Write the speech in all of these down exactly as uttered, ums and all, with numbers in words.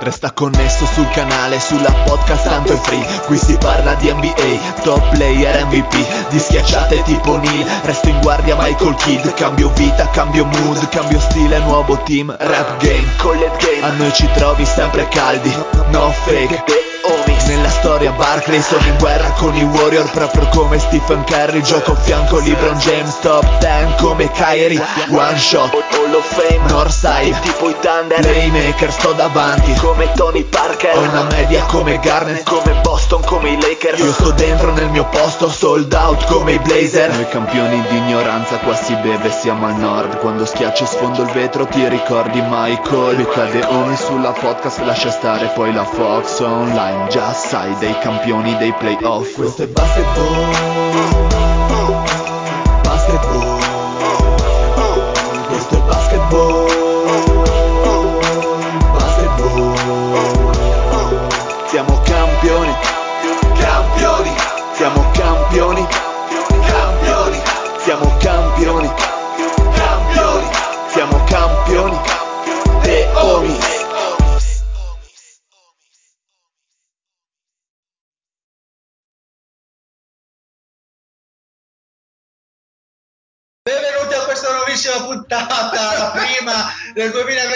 Resta connesso sul canale, sulla podcast tanto è free. Qui si parla di N B A, top player M V P, di schiacciate tipo Neil. Resto in guardia Michael Kidd. Cambio vita, cambio mood, cambio stile, nuovo team. Rap game, collet game, a noi ci trovi sempre caldi. No fake, homies. Nella storia Barkley, sono in guerra con i Warrior, proprio come Stephen Curry. Gioco a fianco LeBron James, top dieci come Kyrie. One shot, Hall of Fame, Northside, tipo i Thunder. Playmaker, sto davanti come Tony Parker. Ho una media come Garnett, come Boston, come i Lakers. Io sto dentro nel mio posto, sold out come i Blazer. Noi campioni di ignoranza, qua si beve, siamo al nord. Quando schiacci sfondo il vetro ti ricordi Michael. Mi cade ogni sulla podcast, lascia stare poi la Fox online. Già sai, dei campioni dei playoff. Questo è basketball, basketball. Questo è basketball, basketball. Siamo campioni, campioni. Siamo campioni, campioni. Siamo campioni, campioni. Siamo campioni, The Homies. Benvenuti a questa nuovissima puntata, la prima del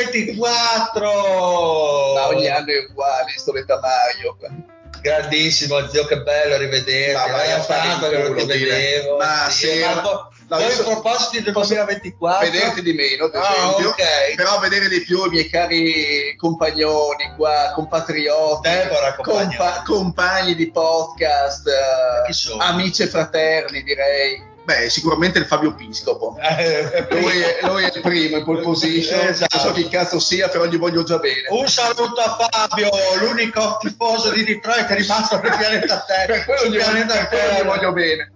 duemilaventiquattro. Ma ogni anno è uguale, sto Mario. Grandissimo, zio, che bello rivederti. Ma vai a fare tanto il che non culo, ti dire. vedevo. Ma Sì, sì, ma ma- po- no, poi io in so- proposito del posso duemilaventiquattro, Vederti di meno, ad Ah, esempio, ok. però vedere di più i miei cari compagnoni qua, compatrioti, Deborah, compagnoni. compa- compagni di podcast, eh, Chi sono? amici e fraterni, direi. Beh, sicuramente il Fabio Piscopo. Eh, Lui è, lui è il primo in pole position, Esatto. non so chi cazzo sia, però gli voglio già bene. Un saluto a Fabio, l'unico tifoso di Detroit che è rimasto sul pianeta Terra. Per quello sul gli voglio, pianeta per quello gli Terra. voglio bene.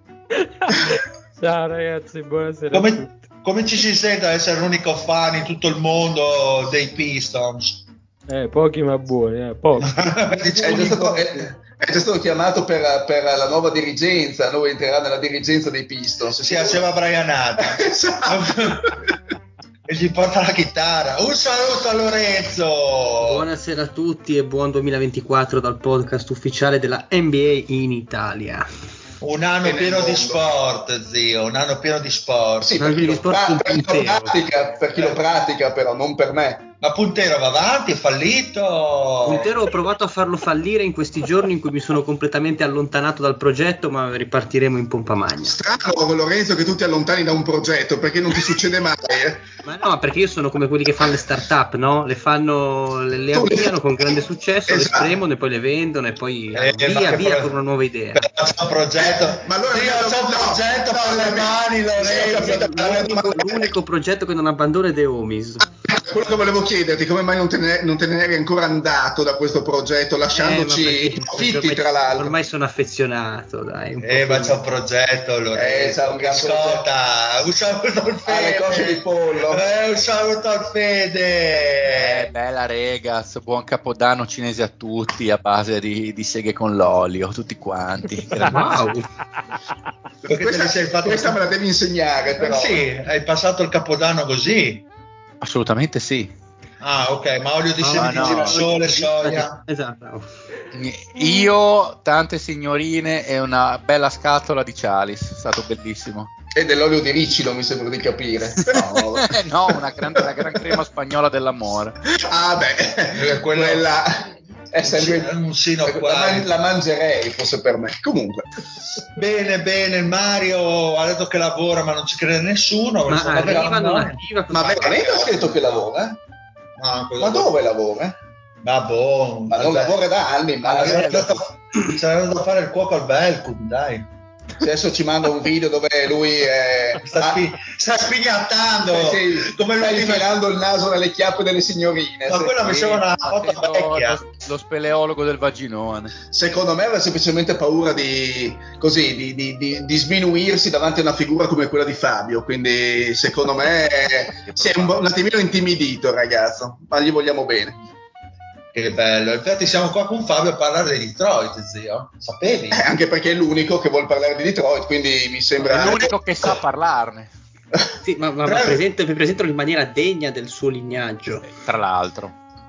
Ciao ragazzi, buonasera a Come, tutti. come ci si sente ad essere l'unico fan in tutto il mondo dei Pistons? Eh, pochi ma buoni, eh, pochi. È già stato, è, è già stato chiamato per, per la nuova dirigenza, lui entrerà nella dirigenza dei Pistons. Sì, assieme a Brian Adams. Esatto. E gli porta la chitarra. Un saluto a Lorenzo. Buonasera a tutti e buon duemilaventiquattro dal podcast ufficiale della N B A in Italia. Un anno E nel pieno di mondo. sport, zio, un anno pieno di sport. Sì, Ma per chi, gli lo, sport pra- un per chi lo puntero. pratica, per chi lo pratica, però non per me. Ma Puntero va avanti, è fallito. Puntero ho provato a farlo fallire in questi giorni in cui mi sono completamente allontanato dal progetto, ma ripartiremo in pompa magna. Strano, Lorenzo, che tu ti allontani da un progetto, perché non ti succede mai. Eh? Ma no, perché io sono come quelli che fanno le start-up, no? Le fanno, le, le Tu le- avviano con grande successo, Esatto. le spremono e poi le vendono e poi Eh, ma via che via pro- con una nuova idea. Però c'è un progetto. Ma allora io io- c'ho un no, progetto no, per le no, mani, sì, ho Lorenzo. capito. L'unico, l'unico progetto che non abbandono è The Homies. Quello che volevo chiederti, come mai non te ne, non te ne eri ancora andato da questo progetto, Eh, ma lasciandoci perché- i perché profitti, ormai, tra l'altro. ormai sono affezionato, dai. Un po' Eh, ma più- c'è un progetto, Lorenzo. Eh, c'è un che gran ascolta, un saluto al Fede. Alle cose di pollo. Eh, un saluto al Fede. Eh, bella Regas, buon capodanno cinese a tutti a base di, di seghe con l'olio, tutti quanti. Wow. Perché te Questa, li sei fatto- questa me la devi insegnare, però. Sì, hai passato il capodanno così. Assolutamente sì. Ah, ok, ma olio di Ah, semi di no. girasole, soia. Esatto. Io, tante signorine e una bella scatola di Chalice, è stato bellissimo. E dell'olio di ricino, mi sembra di capire. Però... Eh, no, una grande, una gran crema spagnola dell'amore. ah, beh, Eh, quello- quella è sempre... Un sino la, qua. man- la mangerei, fosse per me. Comunque. Bene, bene, Mario ha detto che lavora, ma non ci crede nessuno. Ma Insomma, arriva, vabbè, non no. arriva. Ma veramente ha scritto che lavora? No, cosa Ma vuoi? dove lavora? Ma boh, Ma non vabbè. lavora da anni, ma Ma sarebbe andato sarebbe andato a fare il cuoco al Belcum, dai. adesso ci manda un video dove lui è... Sta, ah, spi- sta spignattando sì, come sta l'ultima. infilando il naso nelle chiappe delle signorine. Ma sì. quella mi sembra una foto Facendo vecchia. lo, lo speleologo del vaginone. Secondo me aveva semplicemente paura di così di, di, di, di sminuirsi davanti a una figura come quella di Fabio, quindi secondo me si è un, un attimino intimidito il ragazzo, ma gli vogliamo bene. Che bello, infatti siamo qua con Fabio a parlare di Detroit, zio. Sapevi? Eh, anche perché è l'unico che vuol parlare di Detroit, quindi mi sembra È l'unico che sa parlarne, Sì, ma, ma, ma Prego. presento, vi presento in maniera degna del suo lignaggio. tra l'altro.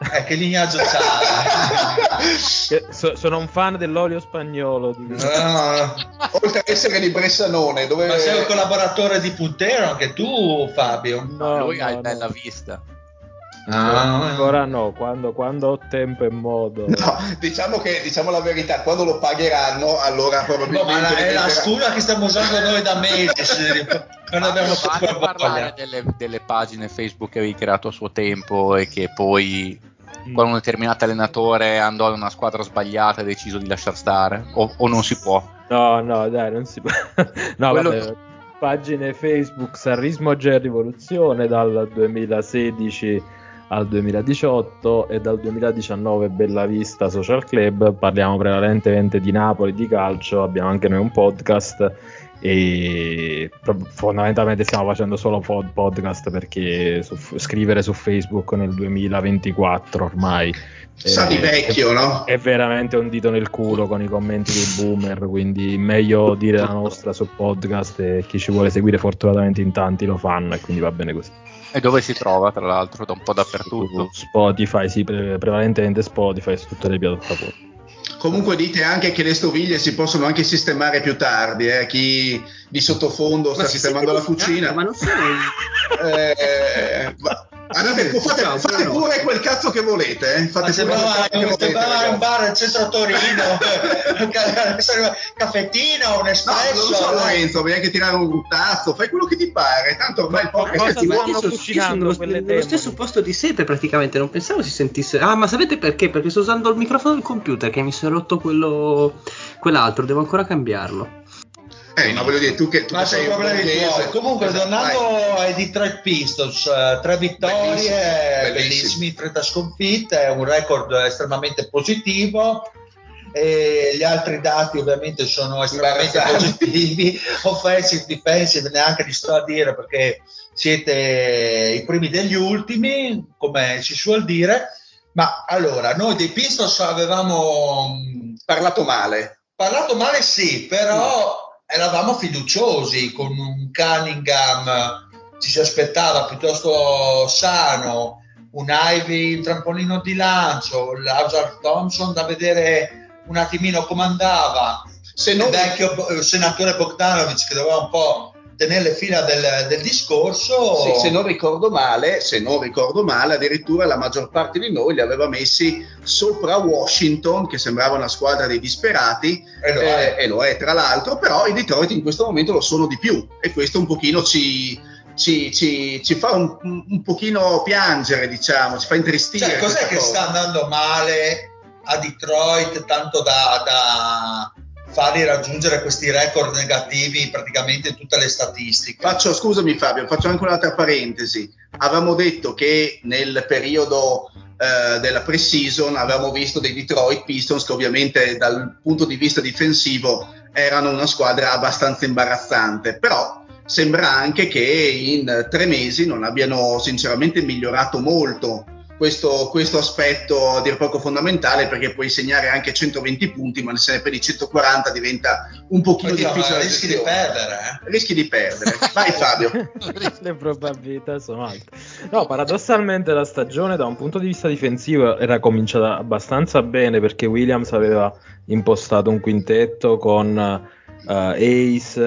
Eh, che lignaggio c'ha? Che so- sono un fan dell'olio spagnolo. dico. No, no, no. Oltre ad essere di Bressanone, dove... Ma sei un collaboratore di Puntero anche tu, Fabio? No, Lui no, ha il no. Bella Vista. Ah, Ancora no, quando, quando ho tempo e modo. No, diciamo che diciamo la verità, quando lo pagheranno, allora no, probabilmente ma la- è la diventerà- scusa che stiamo usando noi da mesi. Non abbiamo Fabio, vale proprio a parlare voglia. delle, delle pagine Facebook che avevi creato a suo tempo e che poi con un determinato allenatore andò in una squadra sbagliata e ha deciso di lasciar stare, o, o non si può. No, no, dai, non si può. No, Quello- vabbè, pagine Facebook Sarrismo G Rivoluzione dal duemilasedici al duemiladiciotto e dal duemiladiciannove Bella Vista Social Club. Parliamo prevalentemente di Napoli, di calcio, abbiamo anche noi un podcast e pro- fondamentalmente stiamo facendo solo pod- podcast perché su- scrivere su Facebook nel duemilaventiquattro ormai sa di eh, vecchio, no? è veramente un dito nel culo con i commenti dei boomer, quindi meglio dire la nostra sul podcast e chi ci vuole seguire fortunatamente in tanti lo fanno e quindi va bene così. E dove si trova, tra l'altro, da un po' Su dappertutto. Spotify, sì, pre- prevalentemente Spotify su tutte le piattaforme. Comunque dite anche che le stoviglie si possono anche sistemare più tardi, eh? Chi di sottofondo sta Ma si sistemando la sente di cucina. scatto, ma non sono eh, ma- Guardate, fate, Ciao, fate buonanotte. pure quel cazzo che volete, eh? Fate Ma pure quel sembrava, cazzo che volete, sembrava un ragazzi. bar al centro Torino. Caffettino, un No, espresso. non lo so, eh. Lorenzo, vuoi anche tirare un ruttazzo, fai quello che ti pare, tanto ormai il Ma podcast cosa è stanno tuo. io sono, io sono cucinando nello, quelle nello demoni? stesso posto di Sepe praticamente, non pensavo si sentisse. Ah, ma sapete perché? Perché sto usando il microfono del computer che mi si è rotto quello quell'altro, devo ancora cambiarlo. Eh, ma voglio dire, tu che tu Ma che sono sei un problemi borghese. tuoi. Comunque, Esatto, tornando vai. ai Detroit Pistons, eh, tre vittorie, Bellissimi, bellissimi, bellissimi. trenta sconfitte, è un record estremamente positivo. E gli altri dati ovviamente sono estremamente Imbarazzanti. positivi, offensive, defensive, neanche li sto a dire perché siete i primi degli ultimi, come si suol dire. Ma allora, noi dei Pistons avevamo mh, Parlato male. parlato male, sì, però eravamo fiduciosi con un Cunningham, ci si aspettava piuttosto sano, un Ivy in trampolino di lancio, l'Hazard Thompson da vedere un attimino come andava, Se il non, vecchio eh, senatore Bogdanovic che doveva un po' tenere le fila del, del discorso. sì, se non ricordo male, se non ricordo male, addirittura la maggior parte di noi li aveva messi sopra Washington, che sembrava una squadra dei disperati, E lo è. eh, e lo è tra l'altro, però i Detroit in questo momento lo sono di più e questo un pochino ci, ci, ci, ci fa un, un pochino piangere, diciamo, ci fa intristire. Cioè, cos'è questa che cosa. sta andando male a Detroit tanto da, da farli raggiungere questi record negativi praticamente in tutte le statistiche? Faccio, scusami Fabio, faccio anche un'altra parentesi. Avevamo detto che nel periodo eh, della pre-season avevamo visto dei Detroit Pistons che ovviamente dal punto di vista difensivo erano una squadra abbastanza imbarazzante, però sembra anche che in tre mesi non abbiano sinceramente migliorato molto questo, questo aspetto a dir poco fondamentale, perché puoi segnare anche centoventi punti, ma se ne prendi centoquaranta diventa un pochino Oddio, difficile ma la rischi di gestione. perdere, eh? Rischi di perdere. Vai Fabio. Le probabilità sono alte. No, paradossalmente la stagione da un punto di vista difensivo era cominciata abbastanza bene perché Williams aveva impostato un quintetto con uh, Ace,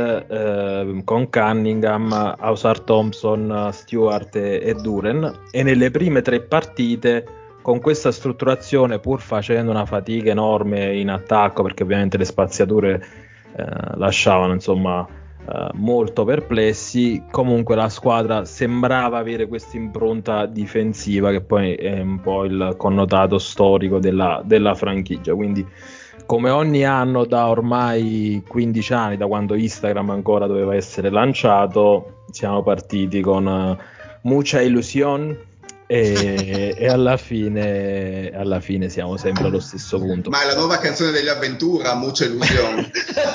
uh, con Cunningham, Ausar Thompson, Stewart e, e Duren, e nelle prime tre partite con questa strutturazione, pur facendo una fatica enorme in attacco perché ovviamente le spaziature eh, lasciavano insomma Uh, molto perplessi, comunque la squadra sembrava avere questa impronta difensiva che poi è un po' il connotato storico della, della franchigia, quindi come ogni anno da ormai quindici anni, da quando Instagram ancora doveva essere lanciato, siamo partiti con uh, mucha illusione e, e alla fine alla fine siamo sempre allo stesso punto. Ma è la nuova canzone degli Avventura, Mucha Illusione.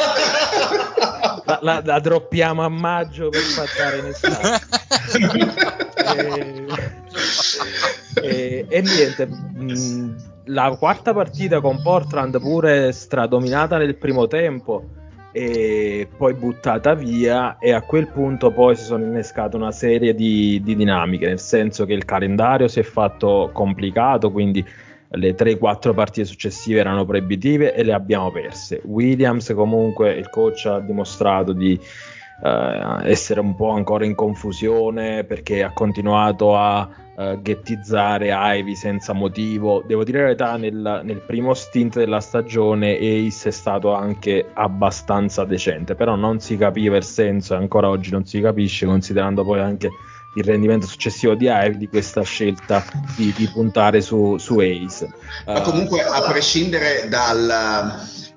La, la, la droppiamo a maggio per passare in estate. e, e, e niente, mh, la quarta partita con Portland pure stradominata nel primo tempo, e poi buttata via, e a quel punto poi si sono innescate una serie di, di dinamiche, nel senso che il calendario si è fatto complicato, quindi le tre quattro partite successive erano proibitive e le abbiamo perse. Williams comunque, il coach, ha dimostrato di eh, essere un po' ancora in confusione, perché ha continuato a uh, ghettizzare Ivy senza motivo. Devo dire la verità, nel, nel primo stint della stagione Ace è stato anche abbastanza decente, però non si capiva il senso, e ancora oggi non si capisce, considerando poi anche il rendimento successivo di Ivy, di questa scelta di, di puntare su, su Ace. Ma comunque, a prescindere dal,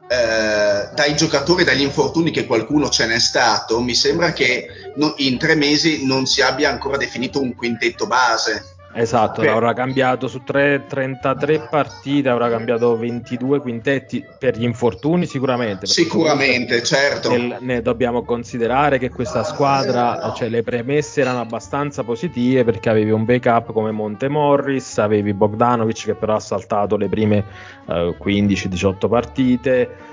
eh, dai giocatori, dagli infortuni, che qualcuno ce n'è stato, mi sembra che no, in tre mesi non si abbia ancora definito un quintetto base. Esatto, Beh, avrà cambiato su tre, trentatré partite, avrà cambiato ventidue quintetti per gli infortuni sicuramente. Sicuramente, certo. Nel, ne dobbiamo considerare che questa squadra, cioè le premesse erano abbastanza positive, perché avevi un backup come Monte Morris, avevi Bogdanovic che però ha saltato le prime uh, quindici diciotto partite,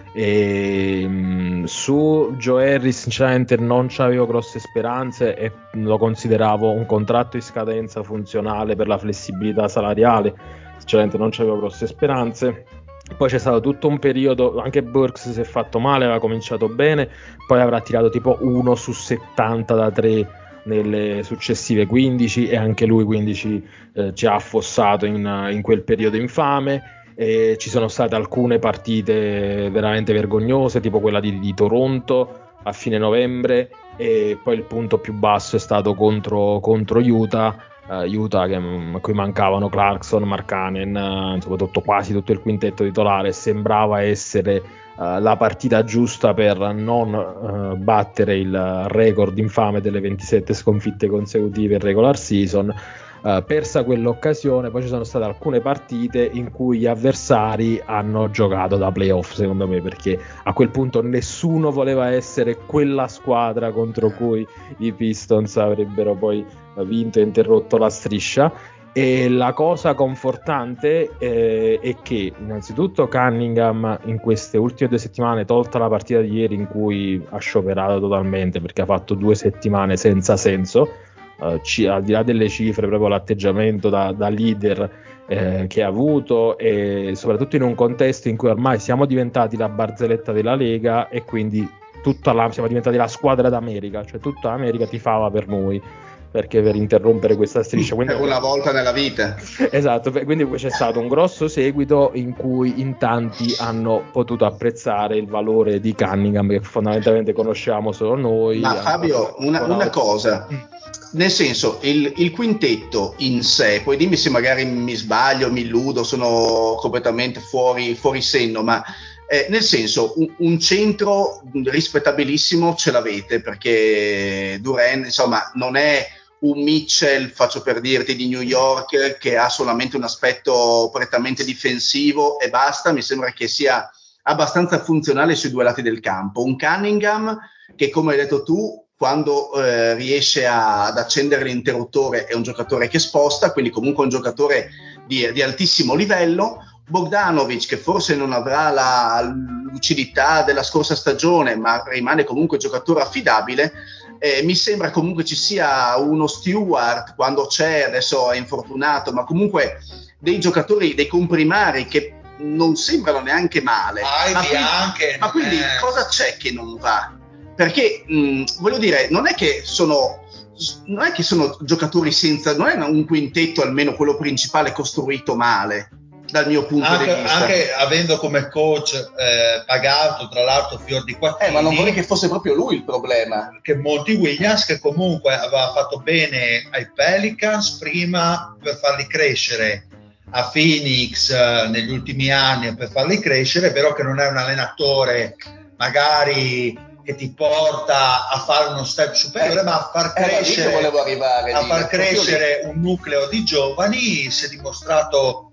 e mh, su Joe Harris sinceramente non c'avevo grosse speranze e lo consideravo un contratto in scadenza funzionale per la flessibilità salariale. Sinceramente non c'avevo grosse speranze. Poi c'è stato tutto un periodo, anche Burks si è fatto male, aveva cominciato bene, poi avrà tirato tipo uno su settanta da tre nelle successive quindici, e anche lui quindici eh, ci ha affossato in, in quel periodo infame. E ci sono state alcune partite veramente vergognose, tipo quella di, di Toronto a fine novembre, e poi il punto più basso è stato contro, contro Utah, uh, Utah che, a cui mancavano Clarkson, Markkanen, uh, soprattutto quasi tutto il quintetto titolare. Sembrava essere uh, la partita giusta per non uh, battere il record infame delle ventisette sconfitte consecutive in regular season. Uh, persa quell'occasione, poi ci sono state alcune partite in cui gli avversari hanno giocato da playoff, secondo me, perché a quel punto nessuno voleva essere quella squadra contro cui i Pistons avrebbero poi vinto e interrotto la striscia. E la cosa confortante eh, è che innanzitutto Cunningham in queste ultime due settimane, tolta la partita di ieri in cui ha scioperato totalmente perché ha fatto due settimane senza senso, Uh, ci, al di là delle cifre, proprio l'atteggiamento da, da leader eh, che ha avuto, e soprattutto in un contesto in cui ormai siamo diventati la barzelletta della Lega, e quindi tutta la, siamo diventati la squadra d'America, cioè tutta l'America tifava per noi, perché per interrompere questa striscia, quindi, per una volta nella vita. Esatto, quindi c'è stato un grosso seguito in cui in tanti hanno potuto apprezzare il valore di Cunningham, che fondamentalmente conosciamo solo noi. Ma Fabio, una, una cosa, nel senso, il, il quintetto in sé, poi dimmi se magari mi sbaglio, mi illudo, sono completamente fuori, fuori senno, ma eh, nel senso, un, un centro rispettabilissimo ce l'avete, perché Durant, insomma, non è un Mitchell, faccio per dirti, di New York, che ha solamente un aspetto prettamente difensivo e basta. Mi sembra che sia abbastanza funzionale sui due lati del campo. Un Cunningham che, come hai detto tu, quando eh, riesce a, ad accendere l'interruttore è un giocatore che sposta, quindi comunque un giocatore di, di altissimo livello. Bogdanovic, che forse non avrà la lucidità della scorsa stagione, ma rimane comunque un giocatore affidabile. Eh, mi sembra comunque ci sia uno Stewart quando c'è, adesso è infortunato, ma comunque dei giocatori, dei comprimari che non sembrano neanche male. Ah, ma quindi, anche, ma quindi eh. cosa c'è che non va? Perché mh, voglio dire, non è che sono non è che sono giocatori senza, non è un quintetto, almeno quello principale, costruito male dal mio punto anche, di vista. Anche avendo come coach eh, pagato tra l'altro fior di quattrini, eh, ma non vorrei che fosse proprio lui il problema, che Monty Williams, che comunque aveva fatto bene ai Pelicans prima per farli crescere, a Phoenix eh, negli ultimi anni per farli crescere. È vero che non è un allenatore magari che ti porta a fare uno step superiore, eh, ma a far crescere, eh, volevo arrivare, a lì, far crescere un nucleo di giovani. Si è dimostrato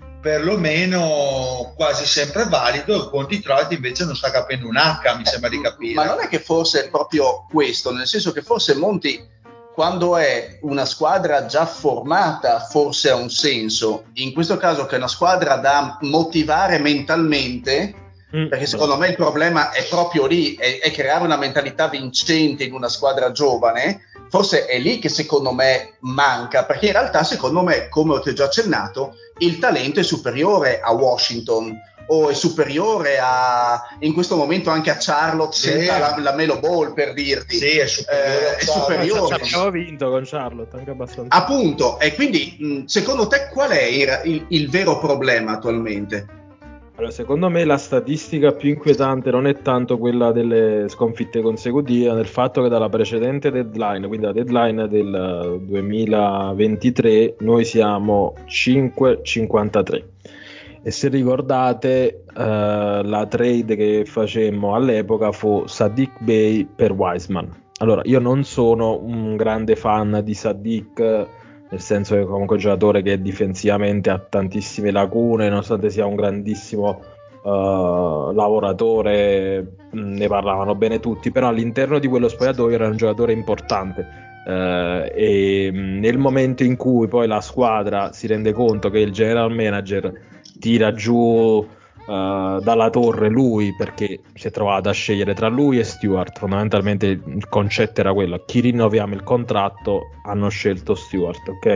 perlomeno quasi sempre valido. Con Detroit invece non sta capendo un H, mi sembra di capire. Ma non è che forse è proprio questo, nel senso che forse Monty, quando è una squadra già formata, forse ha un senso. In questo caso, che è una squadra da motivare mentalmente, Mm, perché secondo me il problema è proprio lì, è, è creare una mentalità vincente in una squadra giovane. Forse è lì che secondo me manca, perché in realtà secondo me, come ti ho già accennato, il talento è superiore a Washington o è superiore a, in questo momento anche a Charlotte, sì. senza la, la Melo Ball, per dirti. Sì, è superiore. Eh, è superiore. Abbiamo vinto con Charlotte anche abbastanza. Appunto, e quindi mh, secondo te qual è il, il, il vero problema attualmente? Allora, secondo me la statistica più inquietante non è tanto quella delle sconfitte consecutive, ma del fatto che dalla precedente deadline, quindi la deadline del duemilaventitré, noi siamo cinque cinquantatré. E se ricordate, eh, la trade che facemmo all'epoca fu Saddiq Bey per Wiseman. Allora, io non sono un grande fan di Saddiq, nel senso che comunque è un giocatore che difensivamente ha tantissime lacune, nonostante sia un grandissimo uh, lavoratore, mh, ne parlavano bene tutti, però all'interno di quello spogliatoio era un giocatore importante. Uh, e mh, nel momento in cui poi la squadra si rende conto che il general manager tira giù Uh, dalla torre lui, perché si è trovato a scegliere tra lui e Stewart. Fondamentalmente il concetto era quello: chi rinnoviamo il contratto? Hanno scelto Stewart, ok?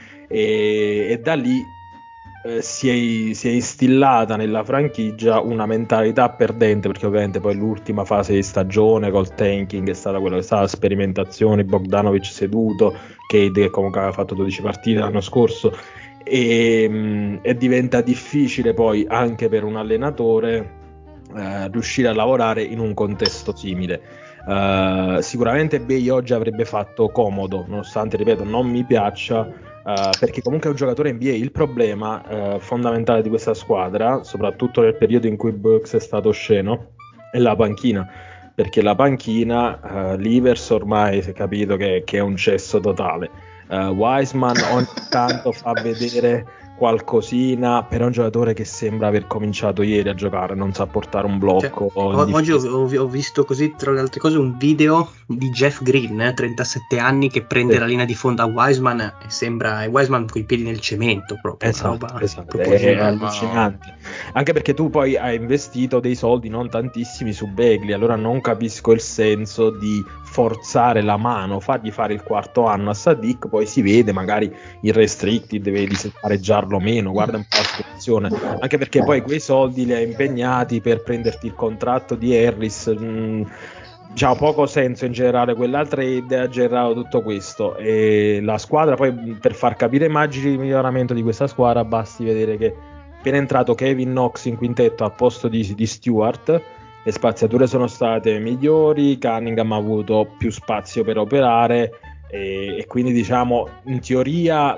E, e da lì eh, si, è, si è instillata nella franchigia una mentalità perdente, perché ovviamente poi l'ultima fase di stagione col tanking è stata quella che è stata la sperimentazione, Bogdanovic seduto, Cade che comunque aveva fatto dodici partite l'anno scorso. E, mh, e diventa difficile poi anche per un allenatore eh, riuscire a lavorare in un contesto simile. Uh, sicuramente Bey oggi avrebbe fatto comodo, nonostante, ripeto, non mi piaccia, uh, perché comunque è un giocatore N B A. Il problema uh, fondamentale di questa squadra, soprattutto nel periodo in cui Bucks è stato osceno, è la panchina, perché la panchina, uh, Livers ormai si è capito che, che è un cesso totale. Uh, Wiseman ogni tanto fa vedere qualcosina, però è un giocatore che sembra aver cominciato ieri a giocare, non sa portare un blocco. Cioè, o- oggi ho, ho- ho visto così, tra le altre cose, un video di Jeff Green, eh, trentasette anni, che prende Sì. la linea di fondo a Wiseman e sembra Wiseman con i piedi nel cemento, proprio una Esatto, roba esatto. È proposita. allucinante. Anche perché tu poi hai investito dei soldi non tantissimi su Bagley, allora non capisco il senso di forzare la mano, fargli fare il quarto anno a Saddiq, poi si vede magari il restricted, vedi se pareggiarlo o meno, guarda un po' la situazione, anche perché poi quei soldi li hai impegnati per prenderti il contratto di Harris. mh, Diciamo poco senso in generale quella trade, ha generato tutto questo, e la squadra poi, per far capire immagini di miglioramento di questa squadra, basti vedere che appena entrato Kevin Knox in quintetto al posto di, di Stewart, le spaziature sono state migliori, Cunningham ha avuto più spazio per operare, e, e quindi diciamo in teoria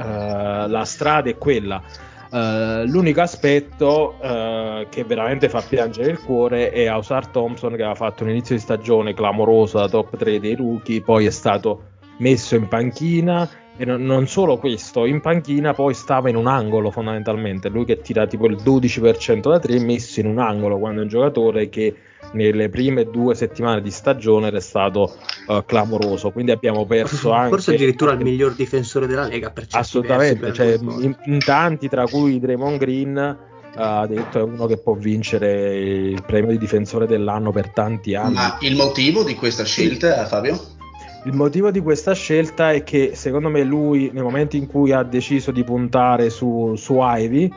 la, uh, la strada è quella. Uh, l'unico aspetto uh, che veramente fa piangere il cuore è Ausar Thompson, che aveva fatto un inizio di stagione clamoroso da top tre dei rookie, poi è stato messo in panchina, e non, non solo questo, in panchina poi stava in un angolo fondamentalmente, lui che tira tipo il dodici per cento da tre, messo in un angolo, quando è un giocatore che nelle prime due settimane di stagione era stato uh, clamoroso, quindi abbiamo perso anche forse addirittura il anche, miglior difensore della Lega per certi assolutamente, versi, per cioè, in, in tanti, tra cui Draymond Green, uh, ha detto è uno che può vincere il premio di difensore dell'anno per tanti anni. Ma il motivo di questa scelta, Fabio? Il motivo di questa scelta è che secondo me lui, nel momento in cui ha deciso di puntare su, su Ivy,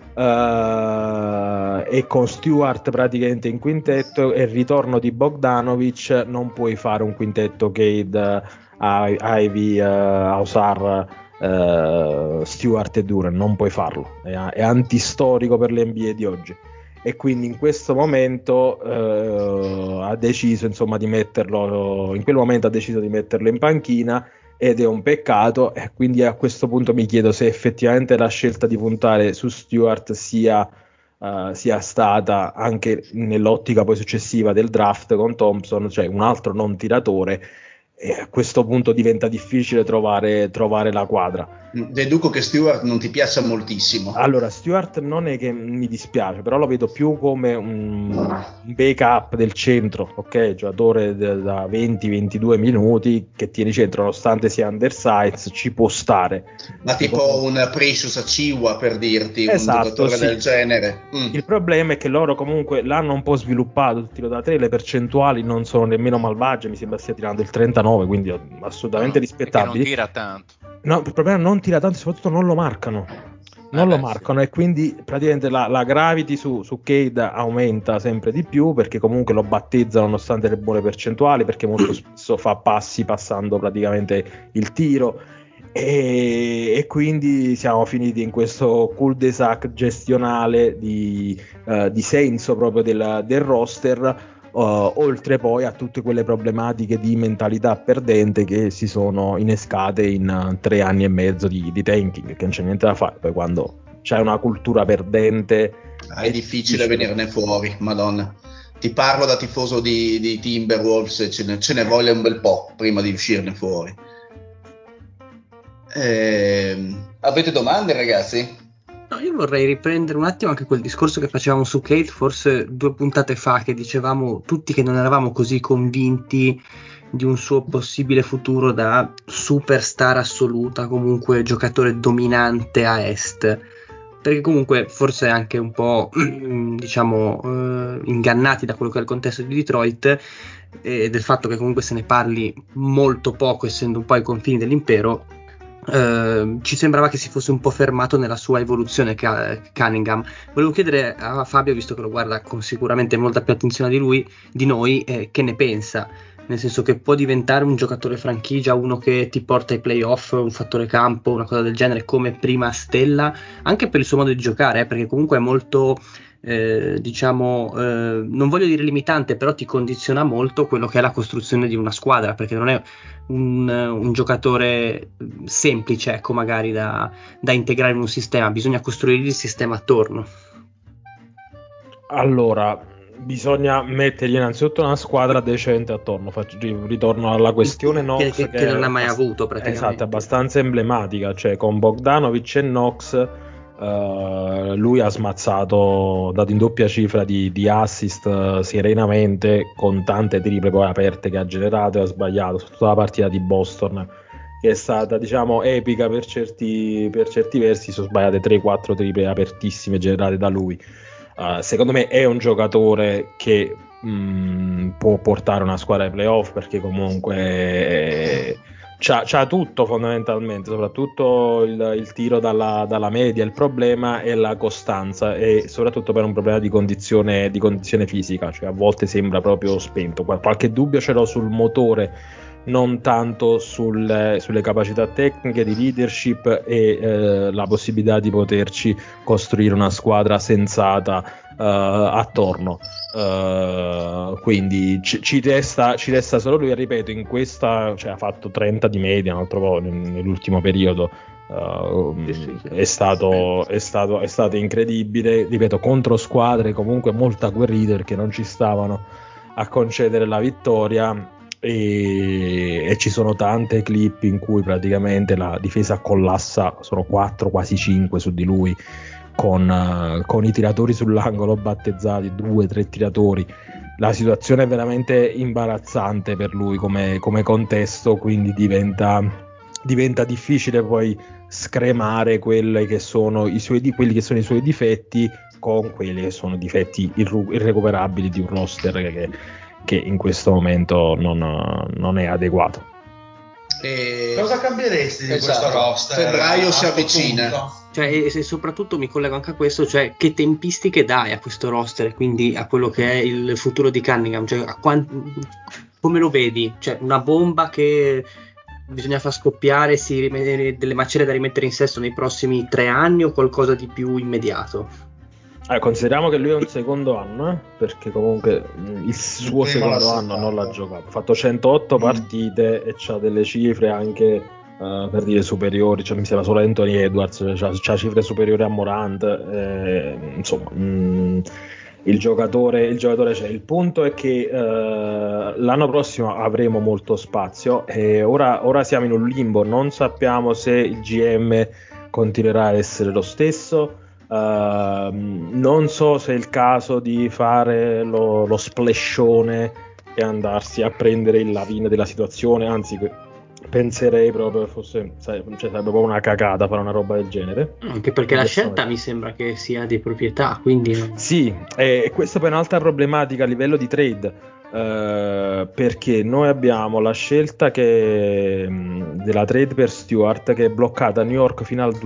Uh, e con Stewart praticamente in quintetto e il ritorno di Bogdanovic, non puoi fare un quintetto Cade, uh, Ivy, uh, Ausar, uh, Stewart e Duran, non puoi farlo, è, è antistorico per l'N B A di oggi, e quindi in questo momento uh, ha deciso insomma di metterlo, in quel momento ha deciso di metterlo in panchina, ed è un peccato, e quindi a questo punto mi chiedo se effettivamente la scelta di puntare su Stewart sia, uh, sia stata anche nell'ottica poi successiva del draft con Thompson, cioè un altro non tiratore, e a questo punto diventa difficile trovare, trovare la quadra. deduco che Stewart non ti piaccia moltissimo. Allora, Stewart non è che mi dispiace, però lo vedo più come un, un backup del centro, ok? Giocatore de, da venti ventidue minuti che tiene centro, nonostante sia undersized, ci può stare. Ma tipo, tipo un Precious Achiuwa, per dirti, esatto, un giocatore sì. del genere. Mm. Il problema è che loro comunque l'hanno un po' sviluppato il tiro da tre, le percentuali non sono nemmeno malvagie, mi sembra stia tirando il trentanove, quindi assolutamente no, rispettabili. Non tira tanto. No, il problema è non tira tanto, soprattutto non lo marcano. Non eh lo beh, marcano sì. E quindi praticamente la, la gravity su, su Cade aumenta sempre di più, perché comunque lo battezzano nonostante le buone percentuali, perché molto spesso fa passi passando praticamente il tiro. E, e quindi siamo finiti in questo cul-de-sac gestionale di, uh, di senso proprio del, del roster, uh, oltre poi a tutte quelle problematiche di mentalità perdente che si sono innescate in uh, tre anni e mezzo di, di tanking, che non c'è niente da fare. Poi quando c'è una cultura perdente ah, è, è difficile, difficile venirne fuori, madonna. Ti parlo da tifoso di, di Timberwolves, ce ne, ce ne voglia un bel po' prima di uscirne fuori. Eh, avete domande, ragazzi? No, io vorrei riprendere un attimo anche quel discorso che facevamo su Cade, forse due puntate fa, che dicevamo tutti che non eravamo così convinti di un suo possibile futuro da superstar assoluta, comunque giocatore dominante a est, perché comunque forse anche un po' diciamo eh, ingannati da quello che è il contesto di Detroit e del fatto che comunque se ne parli molto poco, essendo un po' ai confini dell'impero. Uh, ci sembrava che si fosse un po' fermato nella sua evoluzione Cunningham. Volevo chiedere a Fabio, visto che lo guarda con sicuramente molta più attenzione di lui, di noi, eh, che ne pensa, nel senso che può diventare un giocatore franchigia, uno che ti porta ai playoff, un fattore campo, una cosa del genere come prima stella, anche per il suo modo di giocare, eh, perché comunque è molto eh, diciamo eh, non voglio dire limitante, però ti condiziona molto quello che è la costruzione di una squadra, perché non è un, un giocatore semplice, ecco, magari da, da integrare in un sistema, bisogna costruire il sistema attorno. Allora, bisogna mettergli innanzitutto una squadra decente attorno. Faccio, ritorno alla questione che, Knox, che, che, che non ha mai abbast- avuto praticamente. Esatto, abbastanza emblematica, cioè con Bogdanovic e Knox uh, lui ha smazzato, dato in doppia cifra di, di assist uh, serenamente, con tante triple poi aperte che ha generato e ha sbagliato, soprattutto la partita di Boston, che è stata, diciamo, epica per certi, per certi versi. Sono sbagliate tre quattro triple apertissime generate da lui. Uh, secondo me è un giocatore che mh, può portare una squadra ai playoff, perché comunque eh, c'ha, c'ha tutto fondamentalmente, soprattutto il, il tiro dalla, dalla media. Il problema è la costanza, e soprattutto per un problema di condizione, di condizione fisica, cioè a volte sembra proprio spento. Qualche dubbio ce l'ho sul motore, non tanto sul, sulle capacità tecniche di leadership e eh, la possibilità di poterci costruire una squadra sensata uh, attorno. Uh, quindi ci, ci, resta, ci resta solo lui, ripeto, in questa, cioè, ha fatto trenta di media un altro po' nell'ultimo periodo. Uh, sì, sì, sì. È, stato, è, stato, è stato incredibile, ripeto, contro squadre comunque molto agguerrite, perché non ci stavano a concedere la vittoria. E, e ci sono tante clip in cui praticamente la difesa collassa, sono quattro quasi cinque su di lui, con, uh, con i tiratori sull'angolo battezzati, due tre tiratori. La situazione è veramente imbarazzante per lui come, come contesto, quindi diventa, diventa difficile poi scremare quelli che sono i suoi, quelli che sono i suoi difetti con quelli che sono difetti irru- irrecuperabili di un roster che, che in questo momento non, non è adeguato. E... cosa cambieresti di esatto. questo roster? Febbraio si avvicina. Cioè, e, e soprattutto mi collego anche a questo, cioè che tempistiche dai a questo roster e quindi a quello che è il futuro di Cunningham, cioè a quant- come lo vedi? Cioè una bomba che bisogna far scoppiare, si rim- delle macerie da rimettere in sesto nei prossimi tre anni, o qualcosa di più immediato? Eh, consideriamo che lui è un secondo anno, eh, perché comunque mh, il suo il secondo anno non l'ha giocato. Ha fatto centootto mm. partite e c'ha delle cifre anche uh, per dire superiori. Cioè, mi sembra solo Anthony Edwards, c'ha, c'ha cifre superiori a Morant. Eh, insomma, mh, il giocatore, il giocatore c'è. Il punto è che eh, l'anno prossimo avremo molto spazio e ora, ora siamo in un limbo, non sappiamo se il G M continuerà a essere lo stesso. Uh, non so se è il caso di fare lo, lo splashone e andarsi a prendere il lavine della situazione, anzi penserei proprio fosse, cioè, sarebbe proprio una cagata fare una roba del genere, anche perché la scelta mi sembra che sia di proprietà, quindi sì, e questa poi è un'altra problematica a livello di trade, uh, perché noi abbiamo la scelta che mh, della trade per Stewart che è bloccata a New York fino al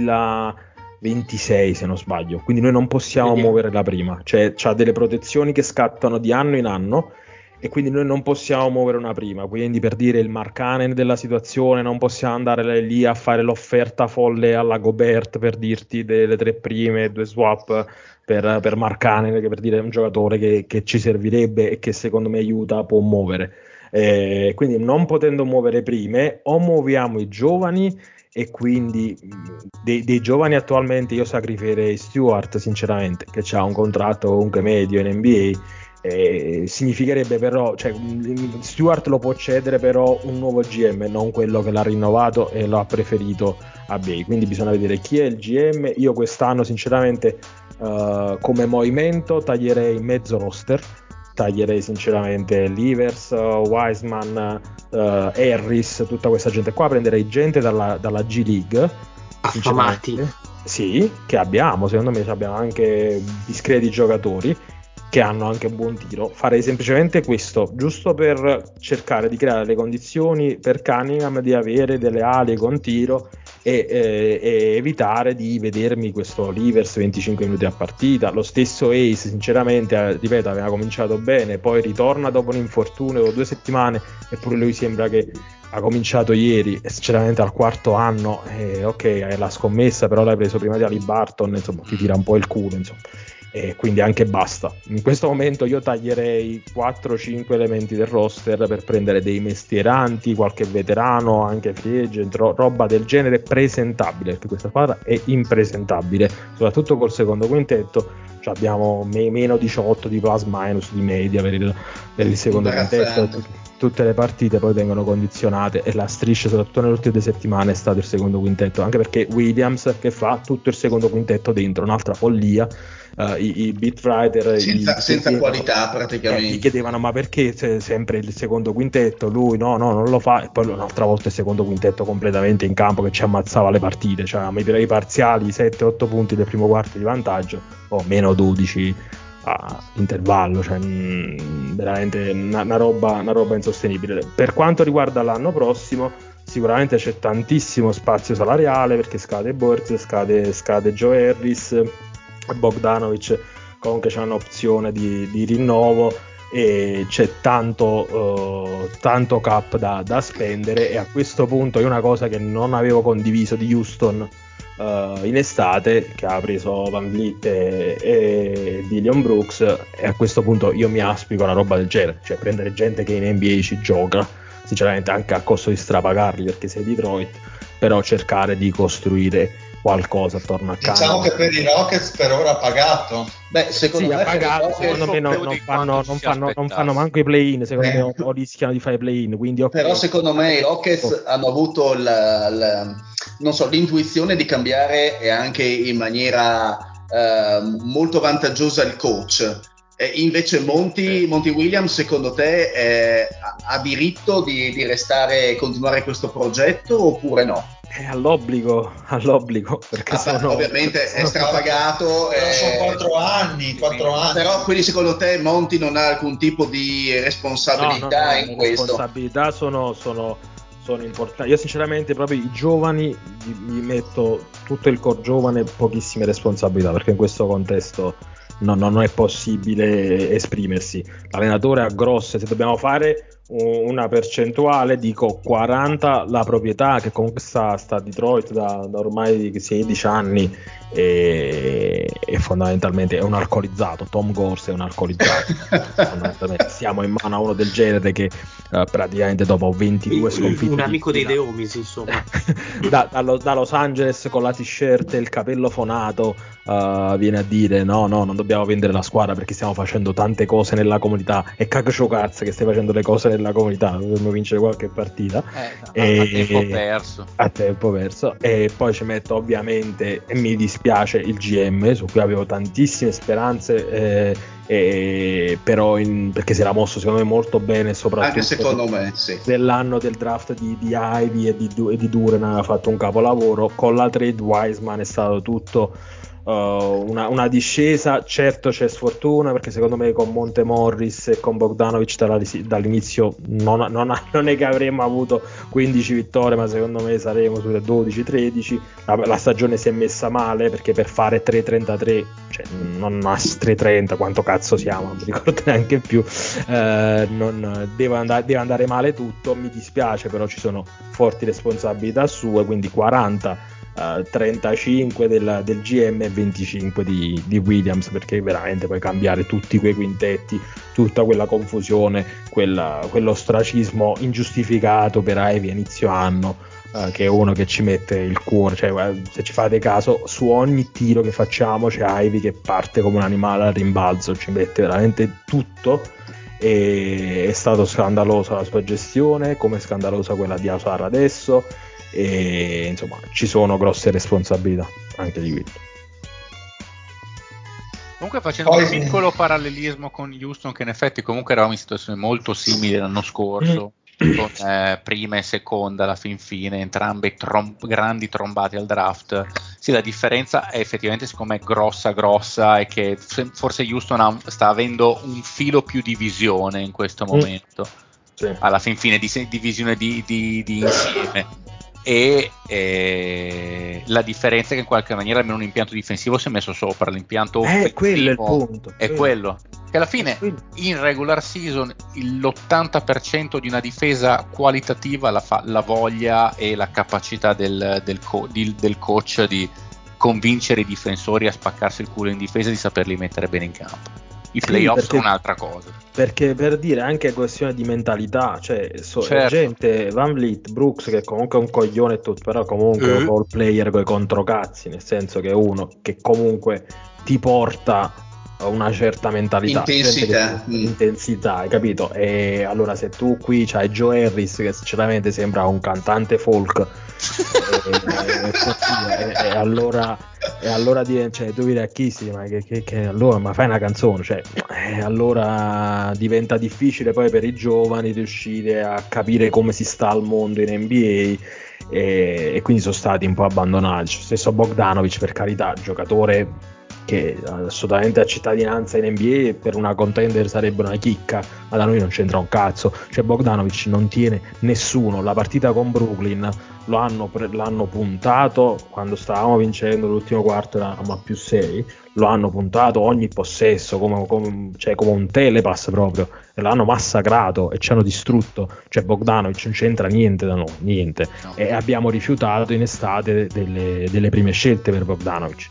duemilaventisei se non sbaglio, quindi noi non possiamo Vediamo. muovere la prima, cioè c'ha delle protezioni che scattano di anno in anno e quindi noi non possiamo muovere una prima, quindi per dire il Markkanen della situazione non possiamo andare lì a fare l'offerta folle alla Gobert per dirti delle tre prime e due swap per, per Markkanen, che per dire è un giocatore che, che ci servirebbe e che secondo me aiuta, può muovere, eh, quindi non potendo muovere prime o muoviamo i giovani e quindi dei, dei giovani attualmente io sacrificherei Stewart sinceramente, che ha un contratto comunque medio in N B A. Eh, significherebbe però, cioè Stewart lo può cedere però un nuovo G M, non quello che l'ha rinnovato e lo ha preferito a Bay, quindi bisogna vedere chi è il G M. Io quest'anno sinceramente uh, come movimento taglierei mezzo roster, taglierei sinceramente Livers, uh, Wiseman, uh, Harris, tutta questa gente qua, prenderei gente dalla, dalla G League affamati, sì, che abbiamo, secondo me abbiamo anche discreti giocatori che hanno anche un buon tiro. Farei semplicemente questo, giusto per cercare di creare le condizioni per Cunningham di avere delle ali con tiro e, eh, e evitare di vedermi questo Livers venticinque minuti a partita. Lo stesso Ace sinceramente, eh, ripeto, aveva cominciato bene, poi ritorna dopo un infortunio o due settimane, eppure lui sembra che ha cominciato ieri e sinceramente al quarto anno, eh, ok, è la scommessa, però l'hai preso prima di Haliburton, insomma ti tira un po' il culo, insomma. E quindi anche basta. In questo momento io taglierei quattro cinque elementi del roster per prendere dei mestieranti, qualche veterano, anche free agent, ro- roba del genere presentabile, perché questa squadra è impresentabile, soprattutto col secondo quintetto. Cioè abbiamo me- meno diciotto di plus minus di media per il, per il secondo quintetto. Tutte le partite poi vengono condizionate e la striscia soprattutto nelle ultime due settimane è stato il secondo quintetto, anche perché Williams che fa tutto il secondo quintetto dentro, un'altra follia. Uh, i, i beat writer senza, i, senza i, qualità eh, praticamente gli chiedevano ma perché c'è sempre il secondo quintetto, lui no no non lo fa, e poi un'altra volta il secondo quintetto completamente in campo che ci ammazzava le partite, cioè i, i parziali sette otto punti del primo quarto di vantaggio o meno dodici a intervallo, cioè mh, veramente una, una, roba, una roba insostenibile. Per quanto riguarda l'anno prossimo sicuramente c'è tantissimo spazio salariale perché scade Burns, scade, scade Joe Harris, Bogdanovic comunque c'è un'opzione di, di rinnovo e c'è tanto, uh, tanto cap da, da spendere, e a questo punto è una cosa che non avevo condiviso di Houston uh, in estate, che ha preso Van Vliet e, e Dillon Brooks, e a questo punto io mi aspico una roba del genere, cioè prendere gente che in N B A ci gioca, sinceramente anche a costo di strapagarli perché sei Detroit, però cercare di costruire qualcosa attorno a Cunningham. Diciamo che per i Rockets per ora ha pagato. Beh, secondo sì, me, ha pagato, Rockets, secondo me non, non, fanno, non, fanno, non fanno manco i play-in, secondo eh. me, o, o rischiano di fare i play-in, quindi okay. Però secondo me i Rockets oh. hanno avuto la, la, non so, l'intuizione di cambiare e anche in maniera eh, molto vantaggiosa il coach. E invece Monty, Monty Williams, secondo te eh, ha diritto di, di restare e continuare questo progetto oppure no? È all'obbligo, all'obbligo perché ah, sono, ovviamente sono, è strapagato. Però eh, sono quattro anni, quattro anni. Però quindi secondo te Monty non ha alcun tipo di responsabilità no, no, no, in le questo? Le responsabilità sono, sono, sono importanti. Io sinceramente proprio i giovani gli metto tutto il core giovane, pochissime responsabilità, perché in questo contesto no, no, non è possibile esprimersi. L'allenatore ha grosse, se dobbiamo fare una percentuale, dico quaranta la proprietà, che comunque sta, sta a Detroit da, da ormai sedici anni e, e fondamentalmente è un alcolizzato. Tom Gorse è un alcolizzato. Fondamentalmente siamo in mano a uno del genere che uh, praticamente dopo ventidue sconfitte un amico di dei Deomis insomma da, da, da Los Angeles con la t-shirt e il capello fonato uh, viene a dire no, no, non dobbiamo vendere la squadra perché stiamo facendo tante cose nella comunità, e caccio cazzo che stai facendo le cose nella comunità, dobbiamo vincere qualche partita. Eh, e, a, a tempo perso. A tempo perso. E poi ci metto ovviamente, e mi dispiace, il G M, su cui avevo tantissime speranze, eh, eh, però in, perché si era mosso secondo me molto bene, soprattutto anche secondo me sì. Dell'anno del draft di, di Ivy e di, e di Duren aveva fatto un capolavoro. Con la trade Wiseman è stato tutto uh, una, una discesa. Certo c'è sfortuna, perché secondo me con Monte Morris e con Bogdanovic dalla, dall'inizio non, non, non è che avremmo avuto quindici vittorie, ma secondo me saremo sulle dodici tredici. La, la stagione si è messa male, perché per fare tre trentatré, cioè non a tre trenta, quanto cazzo siamo, non mi ricordo neanche più, eh, non, deve, andare, deve andare male tutto. Mi dispiace, però ci sono forti responsabilità sue, quindi quaranta, eh, trentacinque del, del G M e venticinque di, di Williams, perché veramente puoi cambiare tutti quei quintetti, tutta quella confusione, quella, quello ostracismo ingiustificato per Ivy a inizio anno, Uh, che è uno che ci mette il cuore, cioè uh, se ci fate caso, su ogni tiro che facciamo c'è Ivy che parte come un animale al rimbalzo, ci mette veramente tutto, e è stato scandalosa la sua gestione, come scandalosa quella di Ausar adesso, e insomma ci sono grosse responsabilità anche di Will. Comunque, facendo Poi, un piccolo parallelismo con Houston, che in effetti comunque eravamo in situazioni molto simili l'anno scorso, con eh, prima e seconda alla fin fine, entrambe trom- grandi trombate al draft. Sì, la differenza è effettivamente, secondo me, grossa grossa, è che f- forse Houston ha, sta avendo un filo più di visione in questo momento, mm. sì. Alla fin fine di, di visione di, di, di insieme. E eh, la differenza è che in qualche maniera almeno un impianto difensivo si è messo sopra l'impianto offensivo. Eh, quello è il punto. È quello. Che alla fine in regular season l'ottanta per cento di una difesa qualitativa la fa la voglia e la capacità del, del, co- di, del coach di convincere i difensori a spaccarsi il culo in difesa e di saperli mettere bene in campo. I sì, playoff perché, sono un'altra cosa. Perché per dire anche questione di mentalità, cioè so, certo. gente, Van Vliet, Brooks, che comunque è un coglione e tutto, però comunque è un role player coi controcazzi, nel senso che è uno che comunque ti porta una certa mentalità, intensità, che, mm. intensità, hai capito? E allora se tu qui c'hai Joe Harris, che sinceramente sembra un cantante folk, e, e, così, e, e allora e allora cioè, tu dire a chi sì, ma che, che, che allora ma fai una canzone, cioè, e allora diventa difficile poi per i giovani riuscire a capire come si sta al mondo in N B A, e, e quindi sono stati un po' abbandonati. Stesso Bogdanovic, per carità, giocatore che assolutamente ha cittadinanza in N B A, per una contender sarebbe una chicca, ma da noi non c'entra un cazzo. Cioè Bogdanovic non tiene nessuno. La partita con Brooklyn lo hanno, pre- l'hanno puntato quando stavamo vincendo l'ultimo quarto, eravamo a più sei, lo hanno puntato ogni possesso come, come, cioè come un telepass proprio, e l'hanno massacrato e ci hanno distrutto. Cioè Bogdanovic non c'entra niente da noi, niente, no. E abbiamo rifiutato in estate delle, delle prime scelte per Bogdanovic.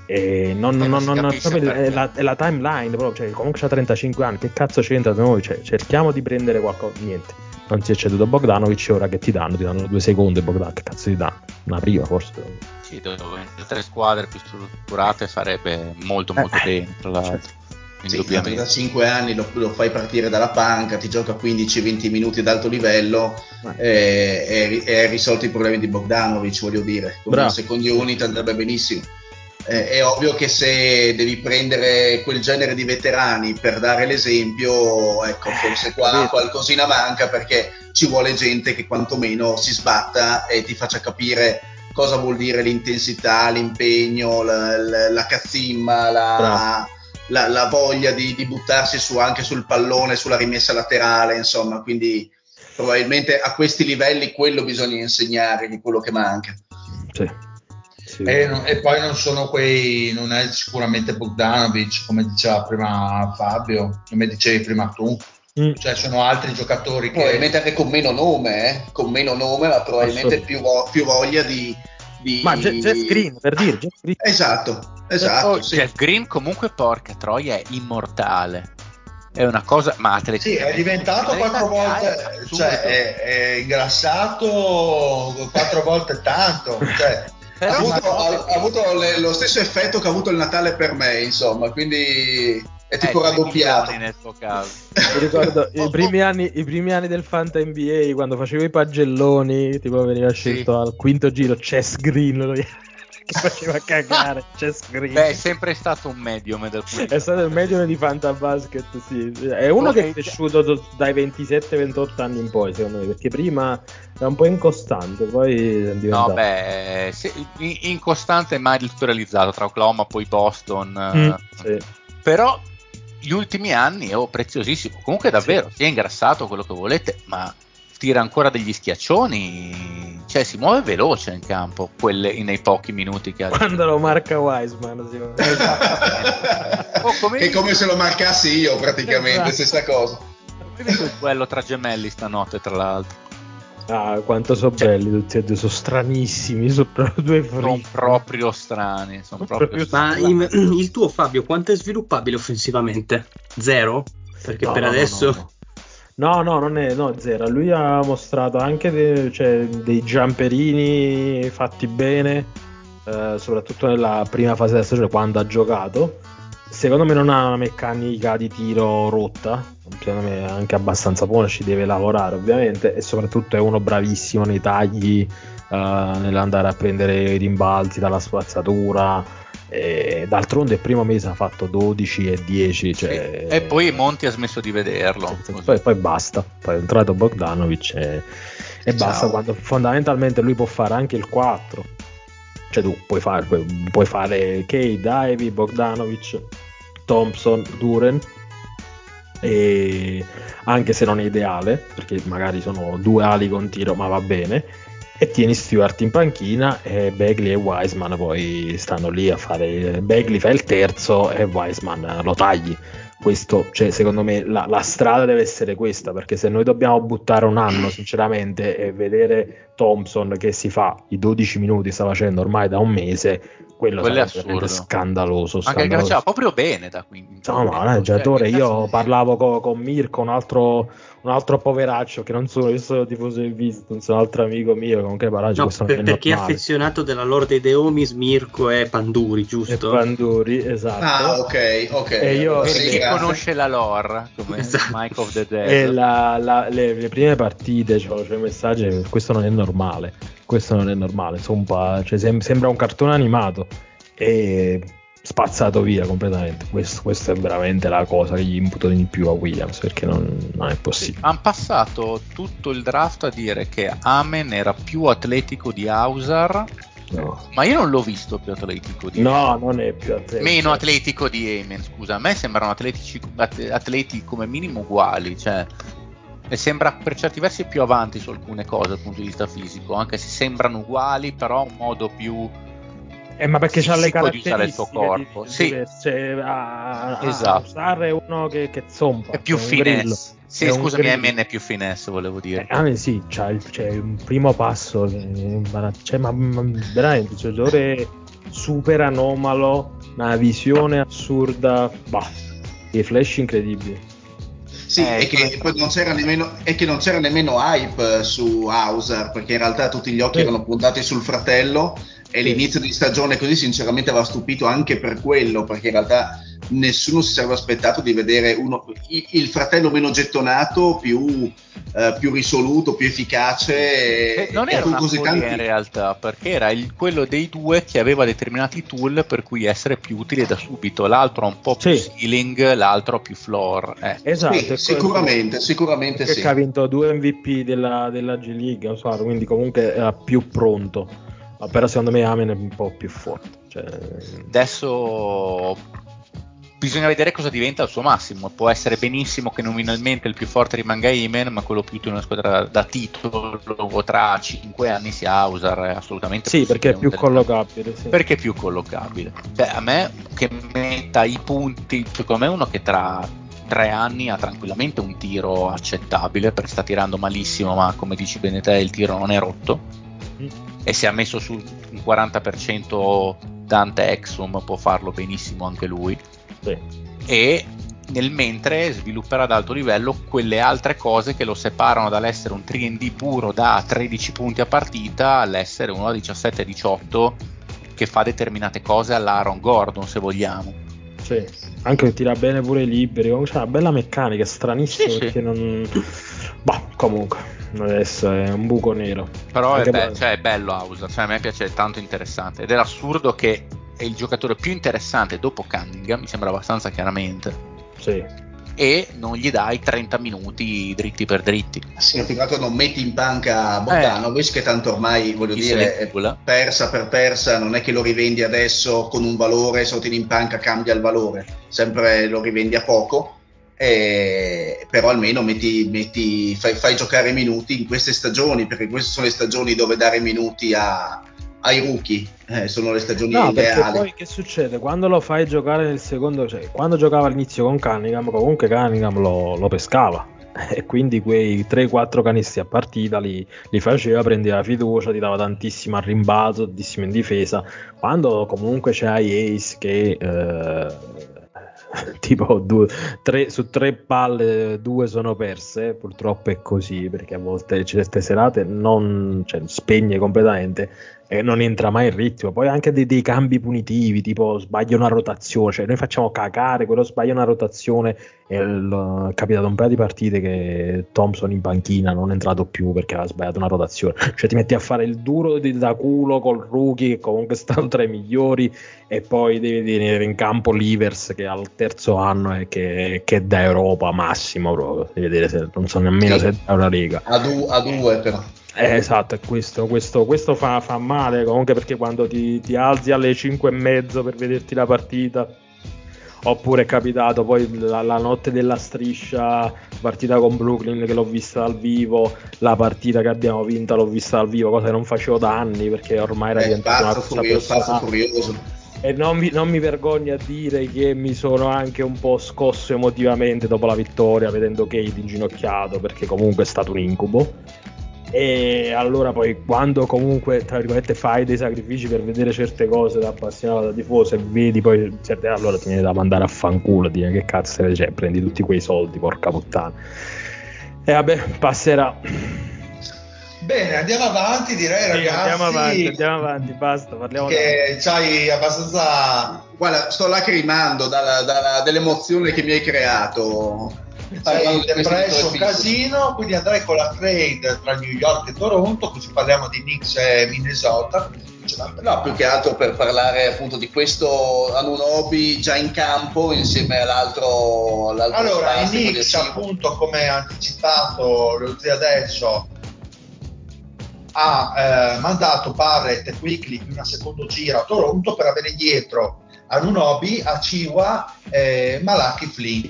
E non, non, non, non proprio è, la, è la timeline proprio, cioè, comunque c'ha trentacinque anni, che cazzo c'entra da noi? Cioè, cerchiamo di prendere qualcosa, niente, non si è ceduto Bogdanovic, ora che ti danno? Ti danno due secondi Bogdan, che cazzo ti danno? Una prima forse? Sì, dove tre squadre più strutturate farebbe molto molto eh, bene, tra l'altro. Sì, a trentacinque anni lo, lo fai partire dalla panca, ti gioca quindici venti minuti ad alto livello, eh. e, e hai risolto i problemi di Bogdanovic, voglio dire, con una seconda unit andrebbe benissimo. Eh, è ovvio che se devi prendere quel genere di veterani per dare l'esempio, ecco, forse qua qualcosina manca, perché ci vuole gente che quantomeno si sbatta e ti faccia capire cosa vuol dire l'intensità, l'impegno, la, la, la cazzimma, la, la, la voglia di, di buttarsi su anche sul pallone, sulla rimessa laterale, insomma. Quindi probabilmente a questi livelli quello bisogna insegnare, di quello che manca. Sì. E, non, e poi non sono quei, non è sicuramente Bogdanovic, come diceva prima Fabio, come dicevi prima tu, mm. cioè sono altri giocatori che probabilmente anche con meno nome, eh? con meno nome, ma probabilmente più, vo- più voglia di, di... ma Jeff, Jeff Green, per dire Jeff Green. esatto, esatto oh, sì. Jeff Green comunque, porca troia, è immortale. È una cosa, ma sì, è diventato quattro volte, cioè è, è ingrassato quattro volte tanto, cioè ha avuto, ha, ha avuto le, lo stesso effetto che ha avuto il Natale per me, insomma, quindi è tipo eh, raddoppiato. Nel tuo caso. Mi ricordo i primi anni, i primi anni del Fanta N B A, quando facevo i pagelloni, tipo veniva scelto sì. al quinto giro Chess Green, che faceva cagare. Chess Green. Beh, è sempre stato un medium del È stato il medium di Fantabasket, sì. È uno che è cresciuto dai ventisette ventotto anni in poi, secondo me, perché prima era un po' incostante, poi è diventato... No, beh, se, incostante mai tutto realizzato tra Oklahoma poi Boston. Mm, sì. Però gli ultimi anni è oh, preziosissimo. Comunque davvero, sì. si è ingrassato quello che volete, ma tira ancora degli schiaccioni, cioè si muove veloce in campo quelle, nei pochi minuti che ha. Quando lo marca Wiseman, sì. oh, come che è come se lo marcassi io praticamente, esatto. Stessa cosa. Hai visto il duello tra gemelli stanotte, tra l'altro? Ah, quanto sono cioè, belli tutti e due, sono stranissimi, sono proprio due freak. Sono proprio strani, sono proprio Ma strani. in, il tuo Fabio quanto è sviluppabile offensivamente? Zero? Perché no, per no, adesso... No, no. No, no, non è no, zero. Lui ha mostrato anche de, cioè, dei jumperini fatti bene, eh, soprattutto nella prima fase della stagione quando ha giocato. Secondo me non ha una meccanica di tiro rotta, secondo me è anche abbastanza buona, ci deve lavorare ovviamente, e soprattutto è uno bravissimo nei tagli, eh, nell'andare a prendere i rimbalzi dalla spazzatura. E d'altronde il primo mese ha fatto dodici e dieci, cioè... e, e poi Monti ha smesso di vederlo, poi, poi basta, poi è entrato Bogdanovic e, e basta, quando fondamentalmente lui può fare anche il quattro, cioè tu puoi fare, puoi, puoi fare Cade, Ivy, Bogdanovic, Thompson, Duren, e anche se non è ideale perché magari sono due ali con tiro, ma va bene, e tieni Stewart in panchina e Bagley e Wiseman poi stanno lì a fare. Bagley fa il terzo e Wiseman lo tagli. Questo, cioè, secondo me la, la strada deve essere questa, perché se noi dobbiamo buttare un anno sinceramente e vedere Thompson che si fa i dodici minuti, sta facendo ormai da un mese, quello, quello sarebbe veramente scandaloso, anche scandaloso. Perché faceva proprio bene da qui. No, no, no, giocatore. Io parlavo con, con Mirko, un altro, un altro poveraccio che non sono, io sono tifoso del Viston, sono un altro amico mio con cui parlavo. No, questo per, non è per chi è normale. affezionato della lore dei Deomis, Mirko è Panduri, giusto? È Panduri, esatto. Ah, ok, ok. E io, per sì, chi grazie. conosce la lore, come esatto. Mike of the Dead. E la, la, le, le prime partite, cioè, cioè messaggi, questo non è normale. Questo non è normale. Un po', cioè, sem- sembra un cartone animato. E spazzato via completamente. Questo, questa è veramente la cosa che gli imputo di più a Williams, perché non, non è possibile. Hanno passato tutto il draft a dire che Amen era più atletico di Hauser, no. ma io non l'ho visto più atletico di no non è più atletico, meno atletico di Amen, scusa. A me sembrano atletici, atleti come minimo uguali, cioè, e sembra per certi versi più avanti su alcune cose dal punto di vista fisico, anche se sembrano uguali, però un modo più Eh, ma perché c'ha le caratteristiche di usare il suo corpo, di, sì, cioè, a, esatto. a usare uno che, che zompa, è più è finesse. Sì, è scusami, Amen è più finesse, volevo dire. Eh, ah, sì, c'ha, il, c'è un primo passo, cioè, ma, ma veramente, cioè, giocatore super anomalo, una visione assurda, bah, dei flash incredibili. Sì, eh, e che poi non c'era nemmeno, e che non c'era nemmeno hype su Hauser, perché in realtà tutti gli occhi sì. erano puntati sul fratello, e sì. l'inizio di stagione così sinceramente aveva stupito anche per quello, perché in realtà nessuno si sarebbe aspettato di vedere uno, il fratello meno gettonato, più, eh, più risoluto, più efficace. E, non e era con una così follia tanti... in realtà, perché era il, quello dei due che aveva determinati tool per cui essere più utile da subito. L'altro ha un po' più sì. ceiling, l'altro ha più floor. Eh. Esatto, sì, sicuramente, sicuramente perché sì. ha vinto due M V P della, della G League, so, quindi comunque era più pronto. Però secondo me Amen è un po' più forte. Cioè... Adesso bisogna vedere cosa diventa il suo massimo. Può essere benissimo che nominalmente il più forte rimanga Amen, ma quello più utile in una squadra da titolo tra cinque anni sia Hauser, è assolutamente sì, perché è più collocabile. Sì. Perché è più collocabile. Cioè, a me che metta i punti, secondo me uno che tra tre anni ha tranquillamente un tiro accettabile, perché sta tirando malissimo, ma come dici bene te il tiro non è rotto. Mm. E se ha messo su un quaranta per cento Dante Exum può farlo benissimo anche lui. Sì. E nel mentre svilupperà ad alto livello quelle altre cose che lo separano dall'essere un tre and D puro da tredici punti a partita all'essere uno da diciassette diciotto che fa determinate cose alla Aaron Gordon, se vogliamo. Sì, anche che tira bene pure i liberi, comunque c'è una bella meccanica, stranissima, Sì, perché sì. non... Bah, comunque, adesso è un buco nero. Però è, Anche be- poi- cioè, è bello Hauser, cioè, a me piace tanto, interessante, ed è assurdo che è il giocatore più interessante dopo Cunningham, mi sembra abbastanza chiaramente, Sì. e non gli dai trenta minuti dritti per dritti. Sì, più che altro non metti in panca Bogdanovic, che tanto ormai, voglio Chi dire, se ne incula. è persa per persa, non è che lo rivendi adesso con un valore, se lo tieni in panca cambia il valore, sempre lo rivendi a poco, eh, però almeno metti, metti, fai, fai giocare minuti in queste stagioni, perché queste sono le stagioni dove dare minuti a, ai rookie, eh, sono le stagioni No, perché ideali. poi che succede? Quando lo fai giocare nel secondo, cioè quando giocava all'inizio con Cunningham, comunque Cunningham lo, lo pescava e quindi quei tre quattro canestri a partita li, li faceva, prendeva fiducia, ti dava tantissimo a rimbalzo, tantissimo in difesa. Quando comunque c'hai Ace che eh, tipo due, tre, su tre palle due sono perse, purtroppo è così, perché a volte certe serate non, cioè, spegne completamente e non entra mai in ritmo. Poi anche dei, dei cambi punitivi, tipo sbaglia una rotazione, cioè noi facciamo cagare, quello sbaglia una rotazione e il, è capitato un paio di partite che Thompson in panchina non è entrato più perché aveva sbagliato una rotazione, cioè ti metti a fare il duro di, da culo col rookie che comunque è stato tra i migliori e poi devi tenere in campo Livers che al terzo anno è che, che è da Europa massimo proprio, devi vedere se non so nemmeno Sì. se è da una riga A, du- a due però. eh, esatto, è questo, questo, questo fa, fa male comunque, perché quando ti, ti alzi alle cinque e mezzo per vederti la partita, oppure è capitato poi la, la notte della striscia, partita con Brooklyn che l'ho vista dal vivo, la partita che abbiamo vinta l'ho vista dal vivo, cosa che non facevo da anni perché ormai era È diventata una pazzo cosa furioso, pazzo personale. furioso. E non mi, non mi vergogno a dire che mi sono anche un po' scosso emotivamente dopo la vittoria, vedendo Kate inginocchiato, perché comunque è stato un incubo. E allora poi quando comunque tra virgolette fai dei sacrifici per vedere certe cose da appassionato, da tifoso, e vedi poi certe, allora ti viene da mandare a fanculo, dire che cazzo, cioè, prendi tutti quei soldi, porca puttana. E vabbè, passerà. Bene, andiamo avanti, direi, Sì, ragazzi. andiamo avanti, andiamo avanti, basta, parliamo che c'hai abbastanza. Guarda, sto lacrimando dalla, dalla, dell'emozione che mi hai creato. Sei depresso un casino, quindi andrei con la trade tra New York e Toronto, così parliamo di Knicks e Minnesota. No, più che altro per parlare appunto di questo Anunoby già in campo insieme all'altro, all'altro allora i spastico Knicks, di appunto, come anticipato lo zio adesso, ha eh, mandato Barrett e Quickly in una seconda gira a Toronto per avere dietro Anunoby, Achiuwa e Malachi Flynn.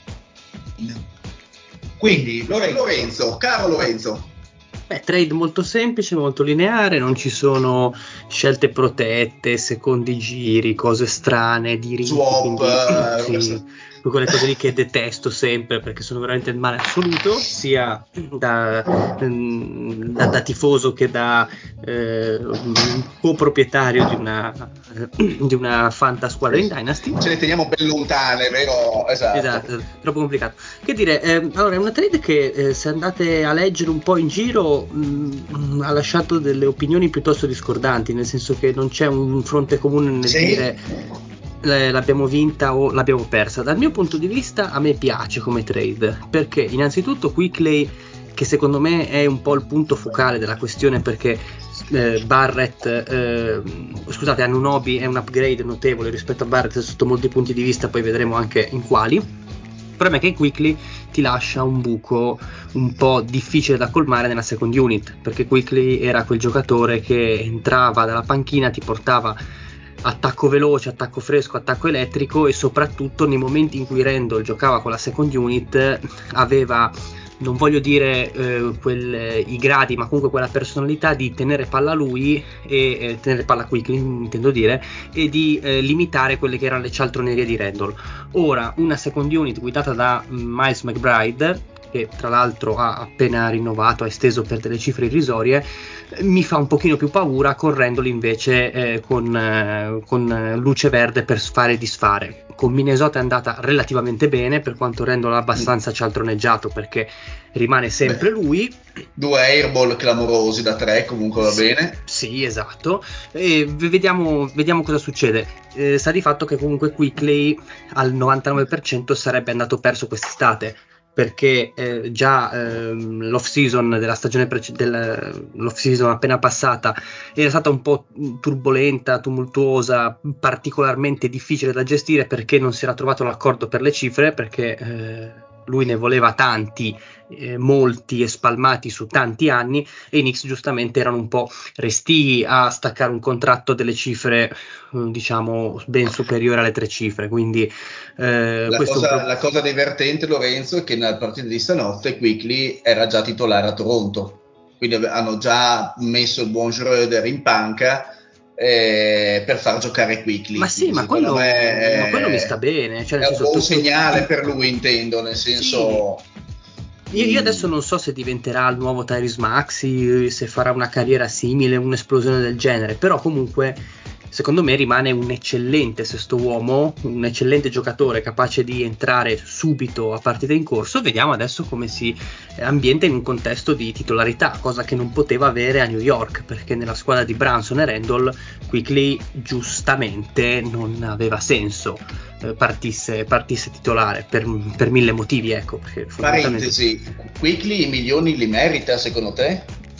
Quindi Lorenzo, Lorenzo, caro Lorenzo. Beh, trade molto semplice, molto lineare, non ci sono scelte protette, secondi giri, cose strane, diritti, Swap, quindi uh, sì, quelle cose lì che detesto sempre perché sono veramente il male assoluto, sia da, da, da tifoso che da eh, coproprietario di una, di una fanta squadra in Dynasty. Ce le teniamo ben lontane, vero? Esatto. Esatto, troppo complicato. Che dire, eh, allora è una trade che eh, se andate a leggere un po' in giro mh, ha lasciato delle opinioni piuttosto discordanti, nel senso che non c'è un fronte comune nel sì. dire eh, l'abbiamo vinta o l'abbiamo persa. Dal mio punto di vista a me piace come trade, perché innanzitutto Quickley, che secondo me è un po' il punto focale della questione, perché eh, Barrett eh, scusate Anunoby è un upgrade notevole rispetto a Barrett sotto molti punti di vista, poi vedremo anche in quali. Il problema è che Quickley ti lascia un buco un po' difficile da colmare nella second unit, perché Quickley era quel giocatore che entrava dalla panchina, ti portava attacco veloce, attacco fresco, attacco elettrico, e soprattutto nei momenti in cui Randall giocava con la second unit aveva, non voglio dire eh, quel, i gradi, ma comunque quella personalità di tenere palla lui e eh, tenere palla Quickly, intendo dire, e di eh, limitare quelle che erano le cialtronerie di Randall. Ora una second unit guidata da Miles McBride che tra l'altro ha appena rinnovato, ha esteso per delle cifre irrisorie, mi fa un pochino più paura con Randle invece eh, con, eh, con luce verde per fare e disfare. Con Minnesota è andata relativamente bene, per quanto Randle abbastanza cialtroneggiato, perché rimane sempre Beh, lui. Due airball clamorosi da tre, comunque va sì, bene. Sì, esatto. E vediamo, vediamo cosa succede. Eh, sta di fatto che comunque Quickley al novantanove per cento sarebbe andato perso quest'estate, perché eh, già ehm, l'off season della stagione precedente, l'off season appena passata, era stata un po' turbolenta, tumultuosa, particolarmente difficile da gestire, perché non si era trovato l'accordo per le cifre, perché eh, lui ne voleva tanti, eh, molti e spalmati su tanti anni, e i Knicks giustamente erano un po' restii a staccare un contratto delle cifre eh, diciamo ben superiore alle tre cifre, quindi eh, La questo è un cosa, pro- la cosa divertente, Lorenzo, è che nella partita di stanotte Quickley era già titolare a Toronto, quindi ave- hanno già messo il buon Schroeder in panca eh, per far giocare Quickley. ma sì, Quindi ma secondo quello, me ma quello mi sta è, bene, cioè è nel un senso buon tu- tu- segnale per lui, intendo, nel sì. senso... Io, io adesso mm, non so se diventerà il nuovo Tyrese Maxey, se farà una carriera simile, un'esplosione del genere, però comunque secondo me rimane un eccellente sesto uomo, un eccellente giocatore capace di entrare subito a partita in corso. Vediamo adesso come si ambienta in un contesto di titolarità, cosa che non poteva avere a New York, perché nella squadra di Brunson e Randle Quickley giustamente non aveva senso eh, partisse, partisse titolare per, per mille motivi, ecco, perché fondamentalmente... Parentesi, Quickley i milioni li merita secondo te?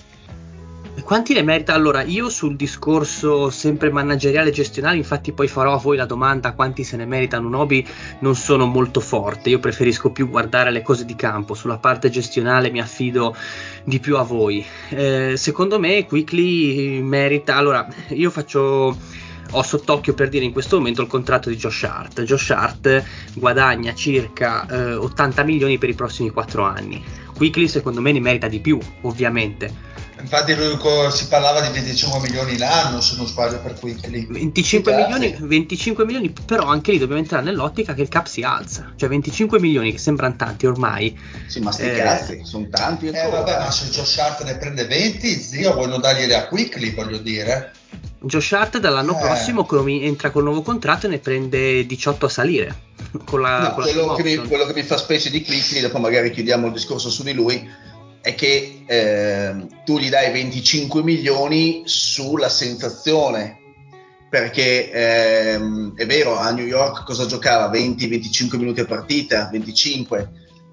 Quanti ne merita? Allora, io sul discorso sempre manageriale e gestionale, infatti poi farò a voi la domanda quanti se ne meritano un hobby, non sono molto forte, io preferisco più guardare le cose di campo, sulla parte gestionale mi affido di più a voi. Eh, secondo me Quickley merita, allora, io faccio... ho sott'occhio, per dire, in questo momento il contratto di Josh Hart. Josh Hart guadagna circa eh, ottanta milioni per i prossimi quattro anni. Quickley secondo me ne merita di più, ovviamente. Infatti lui si parlava di venticinque milioni l'anno, se non sbaglio, per Quickley. venticinque milioni, venticinque milioni, però anche lì dobbiamo entrare nell'ottica che il cap si alza, cioè venticinque milioni che sembrano tanti ormai. Sì, ma sti eh, cazzi, sono tanti Eh ancora. vabbè, ma se Josh Hart ne prende venti, zio, vuoi non darglieli a Quickley, voglio dire. Josh Hart dall'anno Eh. prossimo entra col nuovo contratto e ne prende diciotto a salire con la, No, con la quello, team che mi, option. quello che mi fa specie di Quickley, dopo magari chiudiamo il discorso su di lui, è che eh, tu gli dai venticinque milioni sulla sensazione, perché ehm, è vero, a New York cosa giocava? venti venticinque minuti a partita, venticinque,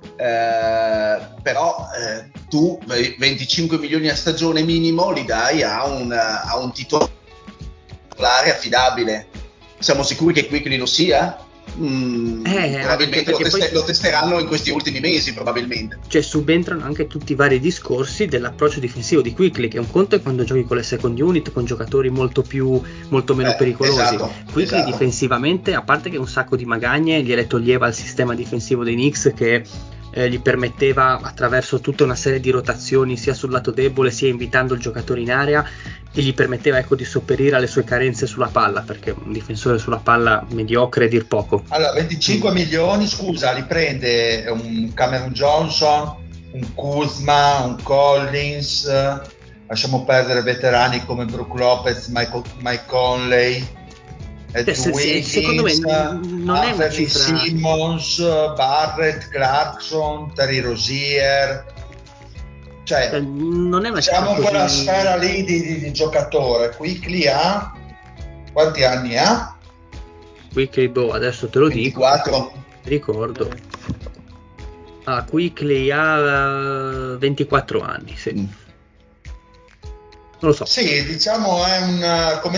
eh, però eh, tu venticinque milioni a stagione minimo li dai a un, a un titolare affidabile. Siamo sicuri che Quickley lo sia? Mm, Eh, probabilmente anche lo, perché teste- poi- lo testeranno in questi ultimi mesi, probabilmente. Cioè subentrano anche tutti i vari discorsi dell'approccio difensivo di Quickley, che un conto è quando giochi con le second unit, con giocatori molto più molto meno Eh, pericolosi. esatto, Quickley esatto. difensivamente, a parte che un sacco di magagne gliele toglieva il sistema difensivo dei Knicks, che eh, gli permetteva, attraverso tutta una serie di rotazioni sia sul lato debole sia invitando il giocatore in area, e gli permetteva, ecco, di sopperire alle sue carenze sulla palla, perché un difensore sulla palla mediocre è dir poco. Allora, venticinque milioni, scusa, li prende un Cameron Johnson, un Kuzma, un Collins, lasciamo perdere veterani come Brook Lopez, Michael, Mike Conley, Ed Cioè, se- se- secondo me Wiggins, n- non è una Anthony cifra... Simmons, Barrett, Clarkson, Terry Rozier, cioè, cioè non è una cifra siamo in quella così... sfera lì di, di, di giocatore. Quickley ha quanti anni ha? Quickley, boh, adesso te lo ventiquattro. dico, ricordo. Ah, Quickley ha ventiquattro anni, sì. Mm. Non lo so. Sì, diciamo è un, come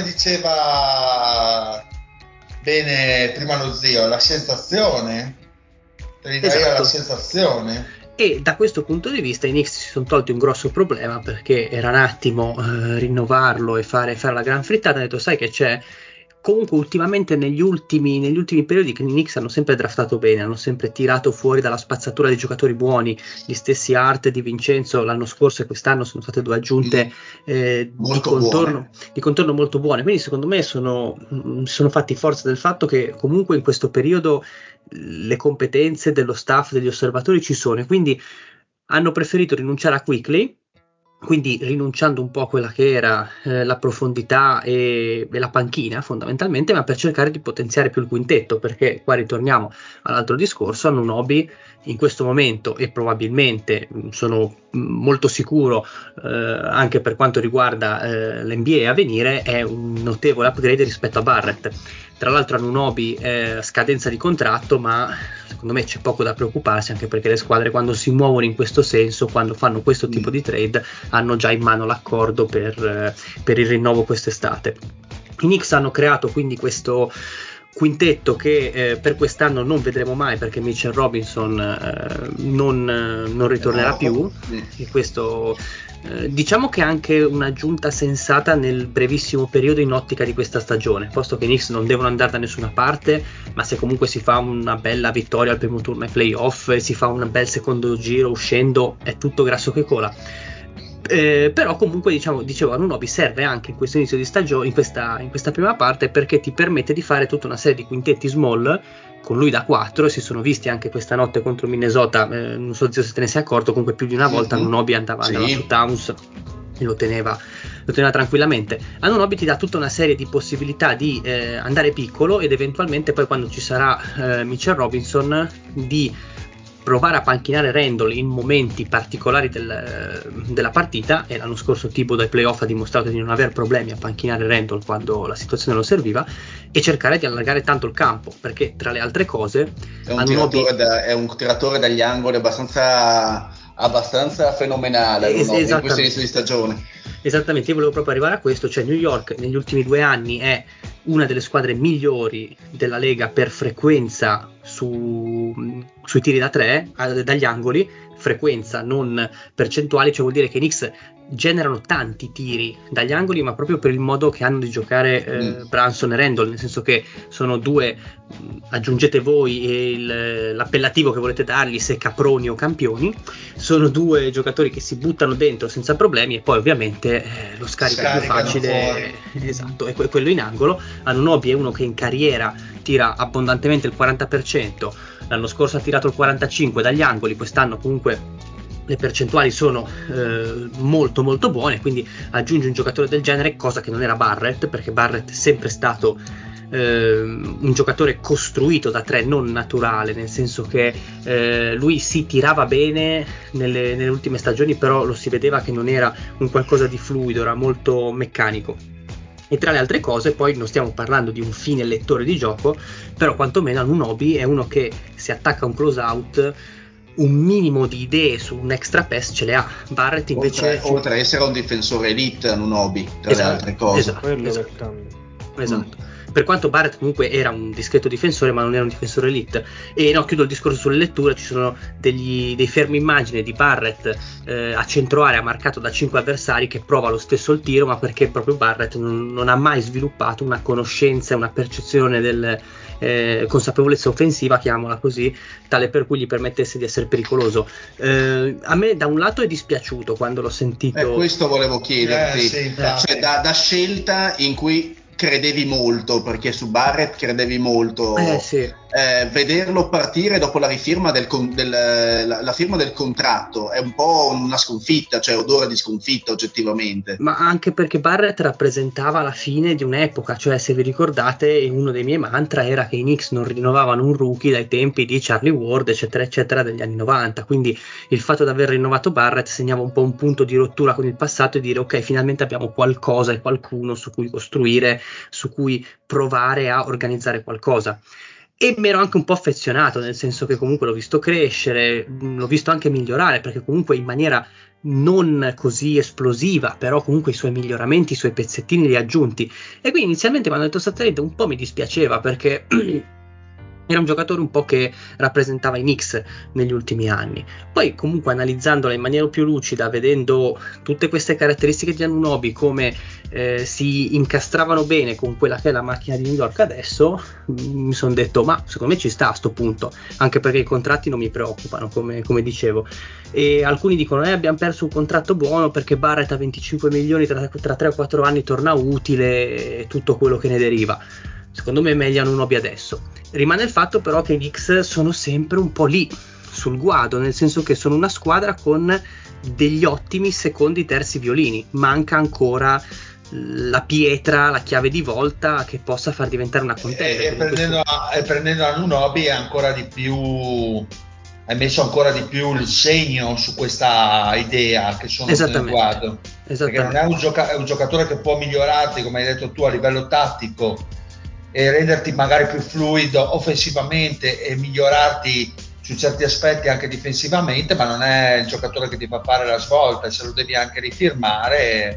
diceva bene prima lo zio, la sensazione, te li dai Esatto. alla sensazione. E da questo punto di vista i Knicks si sono tolti un grosso problema, perché era un attimo eh, rinnovarlo e fare, fare la gran frittata. Hanno detto, sai che c'è? Comunque ultimamente negli ultimi, negli ultimi periodi i Knicks hanno sempre draftato bene, hanno sempre tirato fuori dalla spazzatura dei giocatori buoni. Gli stessi Hart e Di Vincenzo l'anno scorso e quest'anno sono state due aggiunte eh, di, Molto contorno, buone. di contorno molto buone. Quindi secondo me sono, mh, sono fatti forza del fatto che comunque in questo periodo le competenze dello staff, degli osservatori ci sono, e quindi hanno preferito rinunciare a Quickley, quindi rinunciando un po' a quella che era eh, la profondità e, e la panchina fondamentalmente, ma per cercare di potenziare più il quintetto, perché qua ritorniamo all'altro discorso, Anunoby in questo momento, e probabilmente sono molto sicuro eh, anche per quanto riguarda eh, l'N B A a venire, è un notevole upgrade rispetto a Barrett. Tra l'altro Anunoby è a scadenza di contratto, ma secondo me c'è poco da preoccuparsi, anche perché le squadre quando si muovono in questo senso, quando fanno questo tipo di trade, hanno già in mano l'accordo per, per il rinnovo quest'estate. I Knicks hanno creato quindi questo quintetto che eh, per quest'anno non vedremo mai, perché Mitchell Robinson eh, non, non ritornerà no. più, e questo eh, diciamo che è anche un'aggiunta sensata nel brevissimo periodo in ottica di questa stagione, posto che i Knicks non devono andare da nessuna parte, ma se comunque si fa una bella vittoria al primo turno ai playoff e si fa un bel secondo giro uscendo, è tutto grasso che cola. Eh, però comunque diciamo, dicevo, Anunoby serve anche in questo inizio di stagione, in questa, in questa prima parte, perché ti permette di fare tutta una serie di quintetti small con lui da quattro, e si sono visti anche questa notte contro Minnesota, eh, non so se te ne sei accorto, comunque più di una volta mm-hmm. Anunoby andava, andava sì. su Towns e lo teneva, lo teneva tranquillamente. Anunoby ti dà tutta una serie di possibilità di eh, andare piccolo, ed eventualmente poi quando ci sarà eh, Mitchell Robinson di provare a panchinare Randle in momenti particolari del, della partita, e l'anno scorso Thibodeau ai playoff ha dimostrato di non aver problemi a panchinare Randle quando la situazione lo serviva, e cercare di allargare tanto il campo, perché tra le altre cose è un, Anunoby, tiratore, da, è un tiratore dagli angoli abbastanza, abbastanza fenomenale es- in questo inizio di stagione. Esattamente, io volevo proprio arrivare a questo, cioè New York negli ultimi due anni è una delle squadre migliori della Lega per frequenza su, sui tiri da tre, dagli angoli, frequenza non percentuali, cioè vuol dire che i Knicks generano tanti tiri dagli angoli, ma proprio per il modo che hanno di giocare eh, mm. Brunson e Randle, nel senso che sono due, aggiungete voi il, l'appellativo che volete dargli, se caproni o campioni, sono due giocatori che si buttano dentro senza problemi, e poi ovviamente eh, lo scarica più facile, esatto, è quello in angolo. Anunoby è uno che in carriera tira abbondantemente il quaranta per cento, l'anno scorso ha tirato il quarantacinque per cento dagli angoli, quest'anno comunque le percentuali sono eh, molto molto buone, quindi aggiunge un giocatore del genere, cosa che non era Barrett, perché Barrett è sempre stato eh, un giocatore costruito da tre, non naturale, nel senso che eh, lui si tirava bene nelle, nelle ultime stagioni, però lo si vedeva che non era un qualcosa di fluido, era molto meccanico. E tra le altre cose, poi non stiamo parlando di un fine lettore di gioco, però quantomeno Anunoby è uno che si attacca a un close out, un minimo di idee su un extra pass ce le ha. Barrett invece oltre, oltre a essere un difensore elite, Anunoby, tra esatto, le altre cose, esatto, quello esatto, esatto. Mm. Per quanto Barrett comunque era un discreto difensore, ma non era un difensore elite. E no, chiudo il discorso sulle letture. Ci sono degli, dei fermi immagine di Barrett eh, a centro area marcato da cinque avversari, che prova lo stesso il tiro, ma perché proprio Barrett non, non ha mai sviluppato una conoscenza, una percezione del eh, consapevolezza offensiva, chiamiamola così, tale per cui gli permettesse di essere pericoloso. Eh, a me da un lato è dispiaciuto quando l'ho sentito. Eh, questo volevo chiederti, eh, sì, cioè da, da scelta in cui credevi molto, perché su Barrett credevi molto, eh, sì. eh, vederlo partire dopo la rifirma del, del la, la firma del contratto è un po' una sconfitta, cioè odore di sconfitta oggettivamente. Ma anche perché Barrett rappresentava la fine di un'epoca, cioè se vi ricordate uno dei miei mantra era che i Knicks non rinnovavano un rookie dai tempi di Charlie Ward eccetera eccetera degli anni novanta, quindi il fatto di aver rinnovato Barrett segnava un po' un punto di rottura con il passato, e dire ok, finalmente abbiamo qualcosa e qualcuno su cui costruire, su cui provare a organizzare qualcosa. E mi ero anche un po' affezionato, nel senso che comunque l'ho visto crescere, l'ho visto anche migliorare, perché comunque in maniera non così esplosiva, però comunque i suoi miglioramenti, i suoi pezzettini li ha aggiunti. E quindi inizialmente quando ho detto Satellite un po' mi dispiaceva, perché era un giocatore un po' che rappresentava i Knicks negli ultimi anni. Poi comunque analizzandola in maniera più lucida, vedendo tutte queste caratteristiche di Anunoby come eh, si incastravano bene con quella che è la macchina di New York adesso, mi sono detto ma secondo me ci sta a sto punto, anche perché i contratti non mi preoccupano, come, come dicevo. E alcuni dicono eh abbiamo perso un contratto buono perché Barrett a venticinque milioni tra, tra tre o quattro anni torna utile e tutto quello che ne deriva. Secondo me è meglio Anunoby adesso. Rimane il fatto però che i Knicks sono sempre un po' lì sul guado, nel senso che sono una squadra con degli ottimi secondi, terzi violini. Manca ancora la pietra, la chiave di volta che possa far diventare una contender. E, e, prendendo, questo... e prendendo Anunoby è ancora di più, hai messo ancora di più il segno su questa idea che sono nel guado, perché non è un, gioca- è un giocatore che può migliorarti, come hai detto tu, a livello tattico e renderti magari più fluido offensivamente e migliorarti su certi aspetti anche difensivamente, ma non è il giocatore che ti fa fare la svolta, e se lo devi anche rifirmare.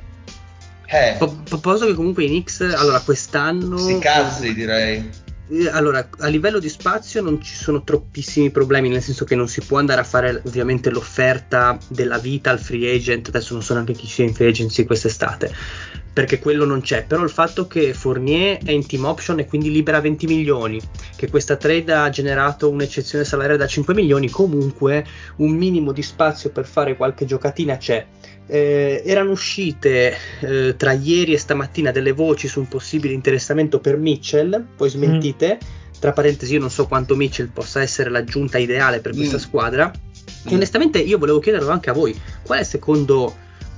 Eh. A proposito che comunque i Knicks, allora quest'anno... Sti cazzi, direi. Allora, a livello di spazio non ci sono troppissimi problemi, nel senso che non si può andare a fare ovviamente l'offerta della vita al free agent, adesso non so neanche chi sia in free agency quest'estate, perché quello non c'è, però il fatto che Fournier è in team option e quindi libera venti milioni, che questa trade ha generato un'eccezione salariale da cinque milioni, comunque un minimo di spazio per fare qualche giocatina c'è. Eh, erano uscite eh, tra ieri e stamattina delle voci su un possibile interessamento per Mitchell, poi smentite. Mm. Tra parentesi, io non so quanto Mitchell possa essere l'aggiunta ideale per questa mm. squadra. Mm. E onestamente io volevo chiederlo anche a voi: qual è secondo,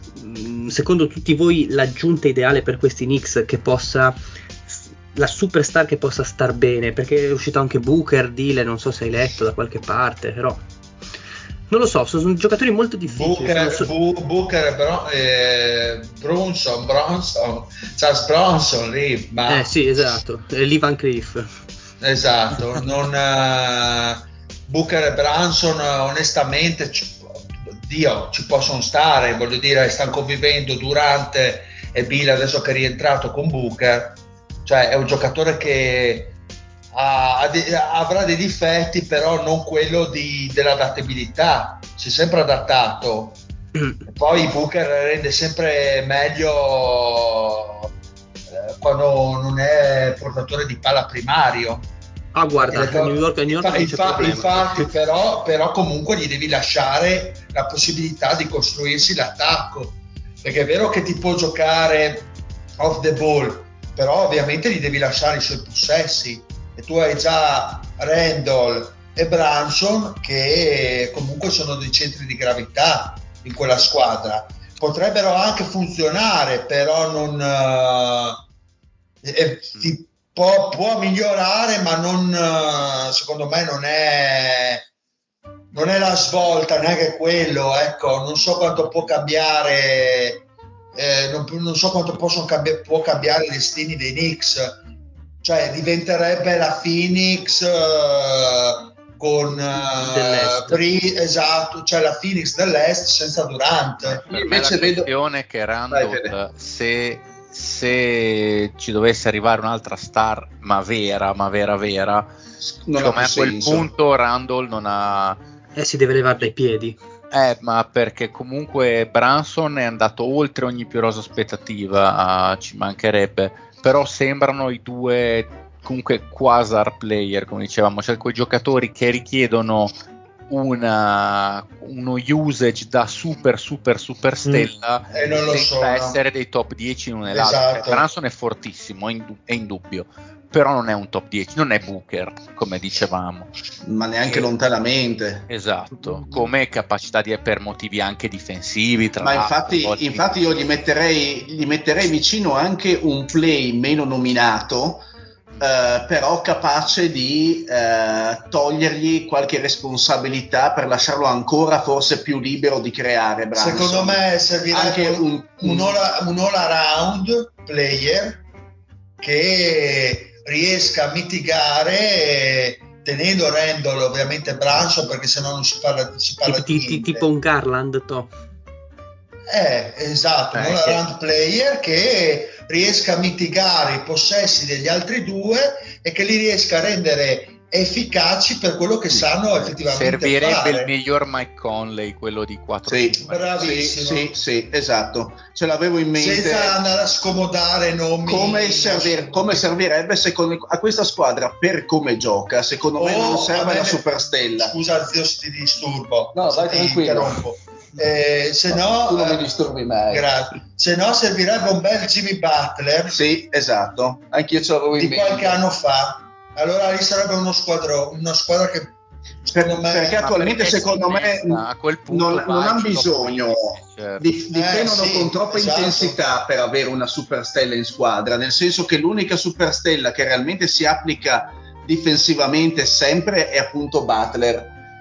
mh, secondo tutti voi l'aggiunta ideale per questi Knicks, che possa, la superstar che possa star bene? Perché è uscito anche Booker, Dile, non so se hai letto da qualche parte, però non lo so, sono giocatori molto difficili. Booker, so... Bu- Booker però, eh, Brunson, Bronson, Charles Bronson lì, ma... Eh sì, esatto, Lee Van Cleef. Esatto, non, uh, Booker e Brunson onestamente, ci, Dio, ci possono stare, voglio dire, stanno convivendo Durant e Bill adesso che è rientrato con Booker, cioè è un giocatore che Ha, ha, avrà dei difetti, però non quello di, dell'adattabilità, si è sempre adattato. E poi Booker rende sempre meglio eh, quando non è portatore di palla primario. Ah guarda, a New York, a New York infatti, non c'è infatti, problema. infatti però, però comunque gli devi lasciare la possibilità di costruirsi l'attacco, perché è vero che ti può giocare off the ball, però ovviamente gli devi lasciare i suoi possessi. E tu hai già Randall e Brunson che comunque sono dei centri di gravità in quella squadra, potrebbero anche funzionare, però non eh, eh, ti può, può migliorare, ma non eh, secondo me non è non è la svolta, neanche quello, ecco, non so quanto può cambiare eh, non, non so quanto possono cambi- può cambiare i destini dei Knicks. Cioè diventerebbe la Phoenix uh, con uh, Pri, esatto, cioè la Phoenix dell'Est senza Durant. Per invece me la questione vedo... è che Randall, se, se ci dovesse arrivare un'altra star, ma vera, ma vera vera, non secondo me a quel senso. punto Randall non ha... Eh, si deve levare dai piedi. Eh, ma perché comunque Brunson è andato oltre ogni più rosa aspettativa, ci mancherebbe. Però sembrano i due comunque quasar player, come dicevamo, cioè quei giocatori che richiedono una, uno usage da super super super stella mm. e non lo senza sono. essere dei top dieci in un e esatto. l'altro. Cioè, Brunson è fortissimo, è, indub- è indubbio, però non è un top dieci, non è Booker, come dicevamo. Ma neanche e... lontanamente. Esatto, come capacità di, per motivi anche difensivi. Tra Ma infatti, infatti io gli metterei, gli metterei vicino anche un play meno nominato, eh, però capace di eh, togliergli qualche responsabilità per lasciarlo ancora forse più libero di creare. Brunson. Secondo me servirebbe anche un, un, un, all, un all around player che riesca a mitigare, tenendo Randall ovviamente Brunson, perché sennò non si parla, si parla tipo, di niente. Tipo un Garland, to. Eh, esatto, eh, un all-around che... player che riesca a mitigare i possessi degli altri due e che li riesca a rendere efficaci per quello che sanno effettivamente servirebbe fare. Il miglior Mike Conley, quello di quattro sì, bravissimo. Sì, sì, sì, esatto. Ce l'avevo in mente. Senza andare a scomodare nomi. Come, servir, come servirebbe secondo, a questa squadra per come gioca? Secondo oh, me non serve la superstella. Scusa, zio, se ti disturbo. No, vai ti tranquillo. Interrompo. Eh, se no, tu non eh, mi disturbi mai. Grazie. Se no servirebbe un bel Jimmy Butler. Sì, esatto. Anch'io ce l'avevo in di mente. Di qualche anno fa. Allora lì sarebbe uno squadro, una squadra che Secondo me, perché attualmente secondo me a quel punto non, non hanno bisogno certo. di, di Eh, difendono sì, con troppa esatto. intensità per avere una superstella in squadra, nel senso che l'unica superstella che realmente si applica difensivamente sempre è appunto Butler,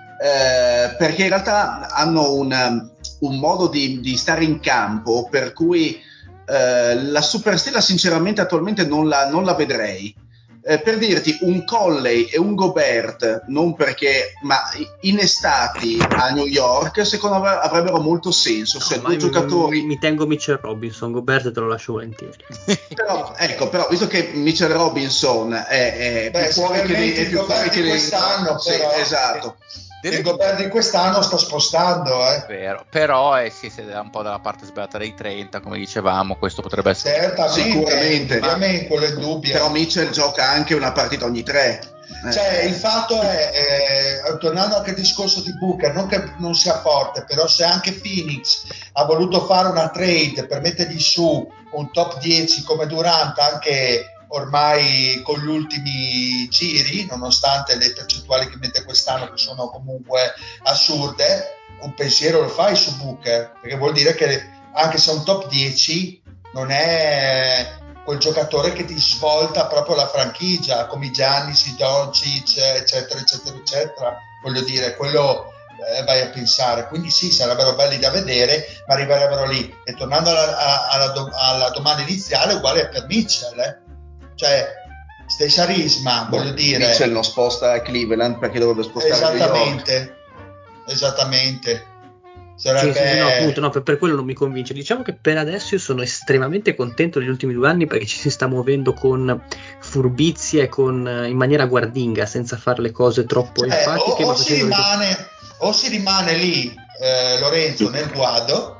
eh, perché in realtà hanno un, un modo di, di stare in campo per cui eh, la superstella sinceramente attualmente non la, non la vedrei. Eh, per dirti, un Conley e un Gobert, non perché, ma innestati a New York, secondo me avrebbero molto senso. Cioè, No, due ma giocatori. mi, mi tengo Mitchell Robinson, Gobert te lo lascio volentieri. Però, ecco, però, visto che Mitchell Robinson è, è Beh, più fuori che sicuramente è il più fuori Gobert che di dentro. quest'anno, Sì, però. esatto. Il Gobert di quest'anno sta spostando, eh. Vero, però eh, sì, si è un po' dalla parte sbagliata dei trenta, come dicevamo, questo potrebbe essere Certamente, sicuramente, ovviamente, quello è dubbio. Però Mitchell gioca anche una partita ogni tre. Cioè, il fatto è, eh, tornando anche al discorso di Booker, non che non sia forte, però se anche Phoenix ha voluto fare una trade per mettergli su un top dieci come Durant, anche ormai con gli ultimi giri, nonostante le percentuali che mette quest'anno che sono comunque assurde, un pensiero lo fai su Booker, perché vuol dire che anche se è un top dieci non è quel giocatore che ti svolta proprio la franchigia, come i Giannis, i Doncic, eccetera eccetera eccetera, voglio dire, quello eh, vai a pensare, quindi sì, sarebbero belli da vedere, ma arriverebbero lì. E tornando alla, alla, alla domanda iniziale, uguale per Mitchell, eh? Cioè stessa risma, voglio dire, Mitchell lo sposta a Cleveland perché dovrebbe spostare a New York. esattamente, esattamente. Sarebbe... Sì, sì, no, appunto, no, per, per quello non mi convince. Diciamo che per adesso io sono estremamente contento degli ultimi due anni perché ci si sta muovendo con furbizia e con, in maniera guardinga, senza fare le cose troppo cioè, enfatiche. o, Ma o, si facendo rimane, o si rimane lì, eh, Lorenzo, nel guado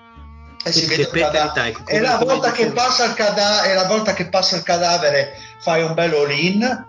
e Che- si che vede il per cadavere. carità, ecco, E come- la come volta che dicevo- passa il cadavere, e la volta che passa il cadavere fai un bel all-in.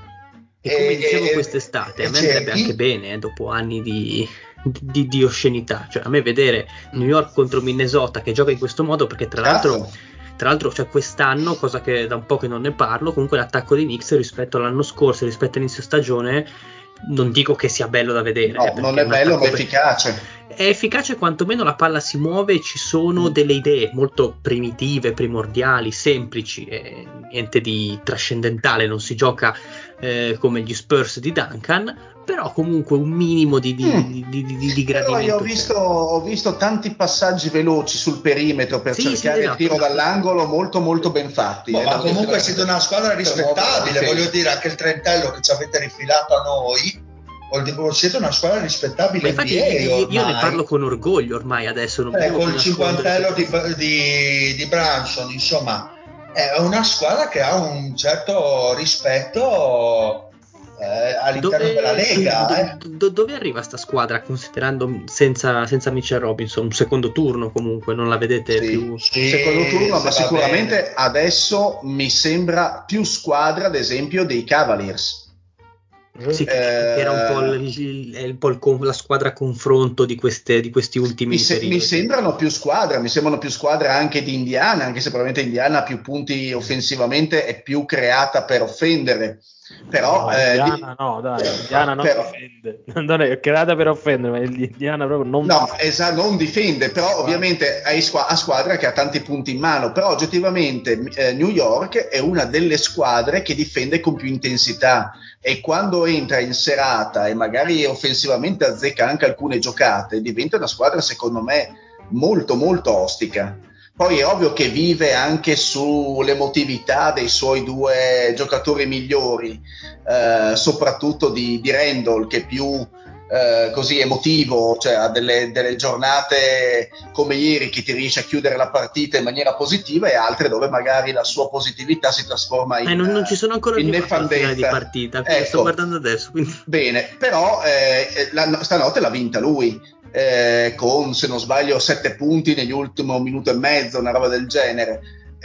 E come e- dicevo e- quest'estate, e a me andrebbe cerchi. anche bene, eh, dopo anni di, di, di oscenità. Cioè, a me vedere New York contro Minnesota che gioca in questo modo, perché tra l'altro, Cazzo. tra l'altro cioè, quest'anno, cosa che da un po' che non ne parlo, comunque l'attacco dei Knicks rispetto all'anno scorso, rispetto all'inizio stagione, non dico che sia bello da vedere. No, eh, perché non è un bello, attacco ma è per- efficace. È efficace, quantomeno la palla si muove e ci sono delle idee molto primitive, primordiali, semplici, e niente di trascendentale, non si gioca eh, come gli Spurs di Duncan, però comunque un minimo di, di, Mm. di, di, di, di Però gradimento io ho c'è. visto, ho visto tanti passaggi veloci sul perimetro per Sì, cercare sì, il esatto, tiro esatto. dall'angolo molto molto ben fatti. Boh, eh, ma da- comunque siete una squadra per muovere la rispettabile, difesa. voglio dire, anche il trentello che ci avete rifilato a noi, vuol dire, siete una squadra Ma rispettabile infatti N B A io, io ne ormai. parlo con orgoglio ormai adesso, non Eh, devo più col nascondere cinquantello di, sotto- di, di Branson, insomma, è una squadra che ha un certo rispetto eh, all'interno Dove, della Lega. Eh. do- do- dove arriva sta squadra considerando senza, senza Mitchell Robinson? Un secondo turno comunque, non la vedete Sì, più? Sì, secondo turno, se ma va sicuramente bene. adesso mi sembra più squadra, ad esempio, dei Cavaliers. Sì, che, che era un po', il, il- è un po' il con- la squadra confronto di, queste, di questi ultimi Mi, se- mi periodi. sembrano più squadra, mi sembrano più squadra anche di Indiana, anche se probabilmente Indiana ha più punti offensivamente, è più creata per offendere. Però, No, eh, Indiana di- no, dai, Indiana non però- difende. Non è creata per offendere, ma l'Indiana proprio non no, difende. esatto, non difende, però Guarda. ovviamente hai squa- ha squadra che ha tanti punti in mano, però oggettivamente eh, New York è una delle squadre che difende con più intensità e quando entra in serata e magari offensivamente azzecca anche alcune giocate, diventa una squadra secondo me molto molto ostica. Poi è ovvio che vive anche sull'emotività dei suoi due giocatori migliori, eh, soprattutto di, di Randall, che è più eh, così emotivo, cioè ha delle, delle giornate come ieri che ti riesce a chiudere la partita in maniera positiva, e altre dove magari la sua positività si trasforma in, Eh, non, non ci sono ancora in arrivato alla finale di nefandezza. partita, quindi sto Ecco. guardando adesso. Quindi... Bene, però eh, la, stanotte l'ha vinta lui. Eh, con, se non sbaglio, sette punti negli ultimi minuto e mezzo, una roba del genere.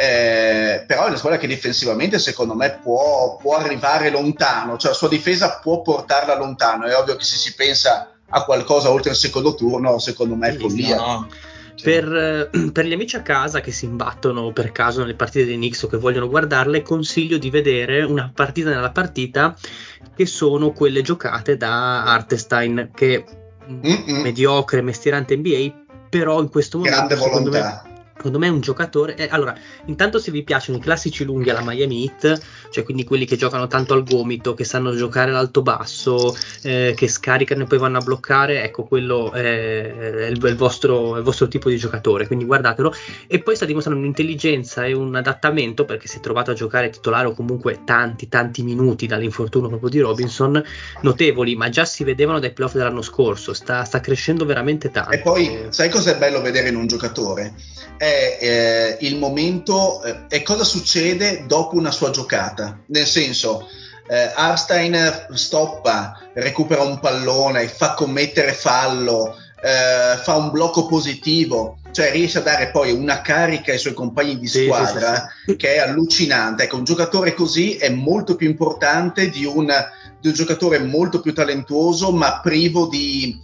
Eh, però è una squadra che difensivamente secondo me può, può arrivare lontano, cioè la sua difesa può portarla lontano. È ovvio che se si pensa a qualcosa oltre il secondo turno, secondo me è Sì, follia. No, Poi Per, per gli amici a casa che si imbattono per caso nelle partite dei Knicks o che vogliono guardarle, consiglio di vedere una partita nella partita, che sono quelle giocate da Hartenstein, che Mm-mm. mediocre, mestierante N B A, però in questo momento Grande secondo volontà. me secondo me è un giocatore eh, allora, intanto se vi piacciono i classici lunghi alla Miami Heat, cioè quindi quelli che giocano tanto al gomito, che sanno giocare l'alto basso, eh, che scaricano e poi vanno a bloccare, ecco, quello è, è, il, è, il vostro, è il vostro tipo di giocatore, quindi guardatelo. E poi sta dimostrando un'intelligenza e un adattamento, perché si è trovato a giocare titolare o comunque tanti tanti minuti dall'infortunio proprio di Robinson, notevoli, ma già si vedevano dai playoff dell'anno scorso. Sta, sta crescendo veramente tanto. E poi, e... sai cos'è bello vedere in un giocatore? È eh, il momento, eh, è cosa succede dopo una sua giocata. Nel senso, eh, Hartenstein stoppa, recupera un pallone, fa commettere fallo, eh, fa un blocco positivo, cioè riesce a dare poi una carica ai suoi compagni di Sì, squadra sì, sì. che è allucinante. Ecco, un giocatore così è molto più importante di un, di un giocatore molto più talentuoso ma privo di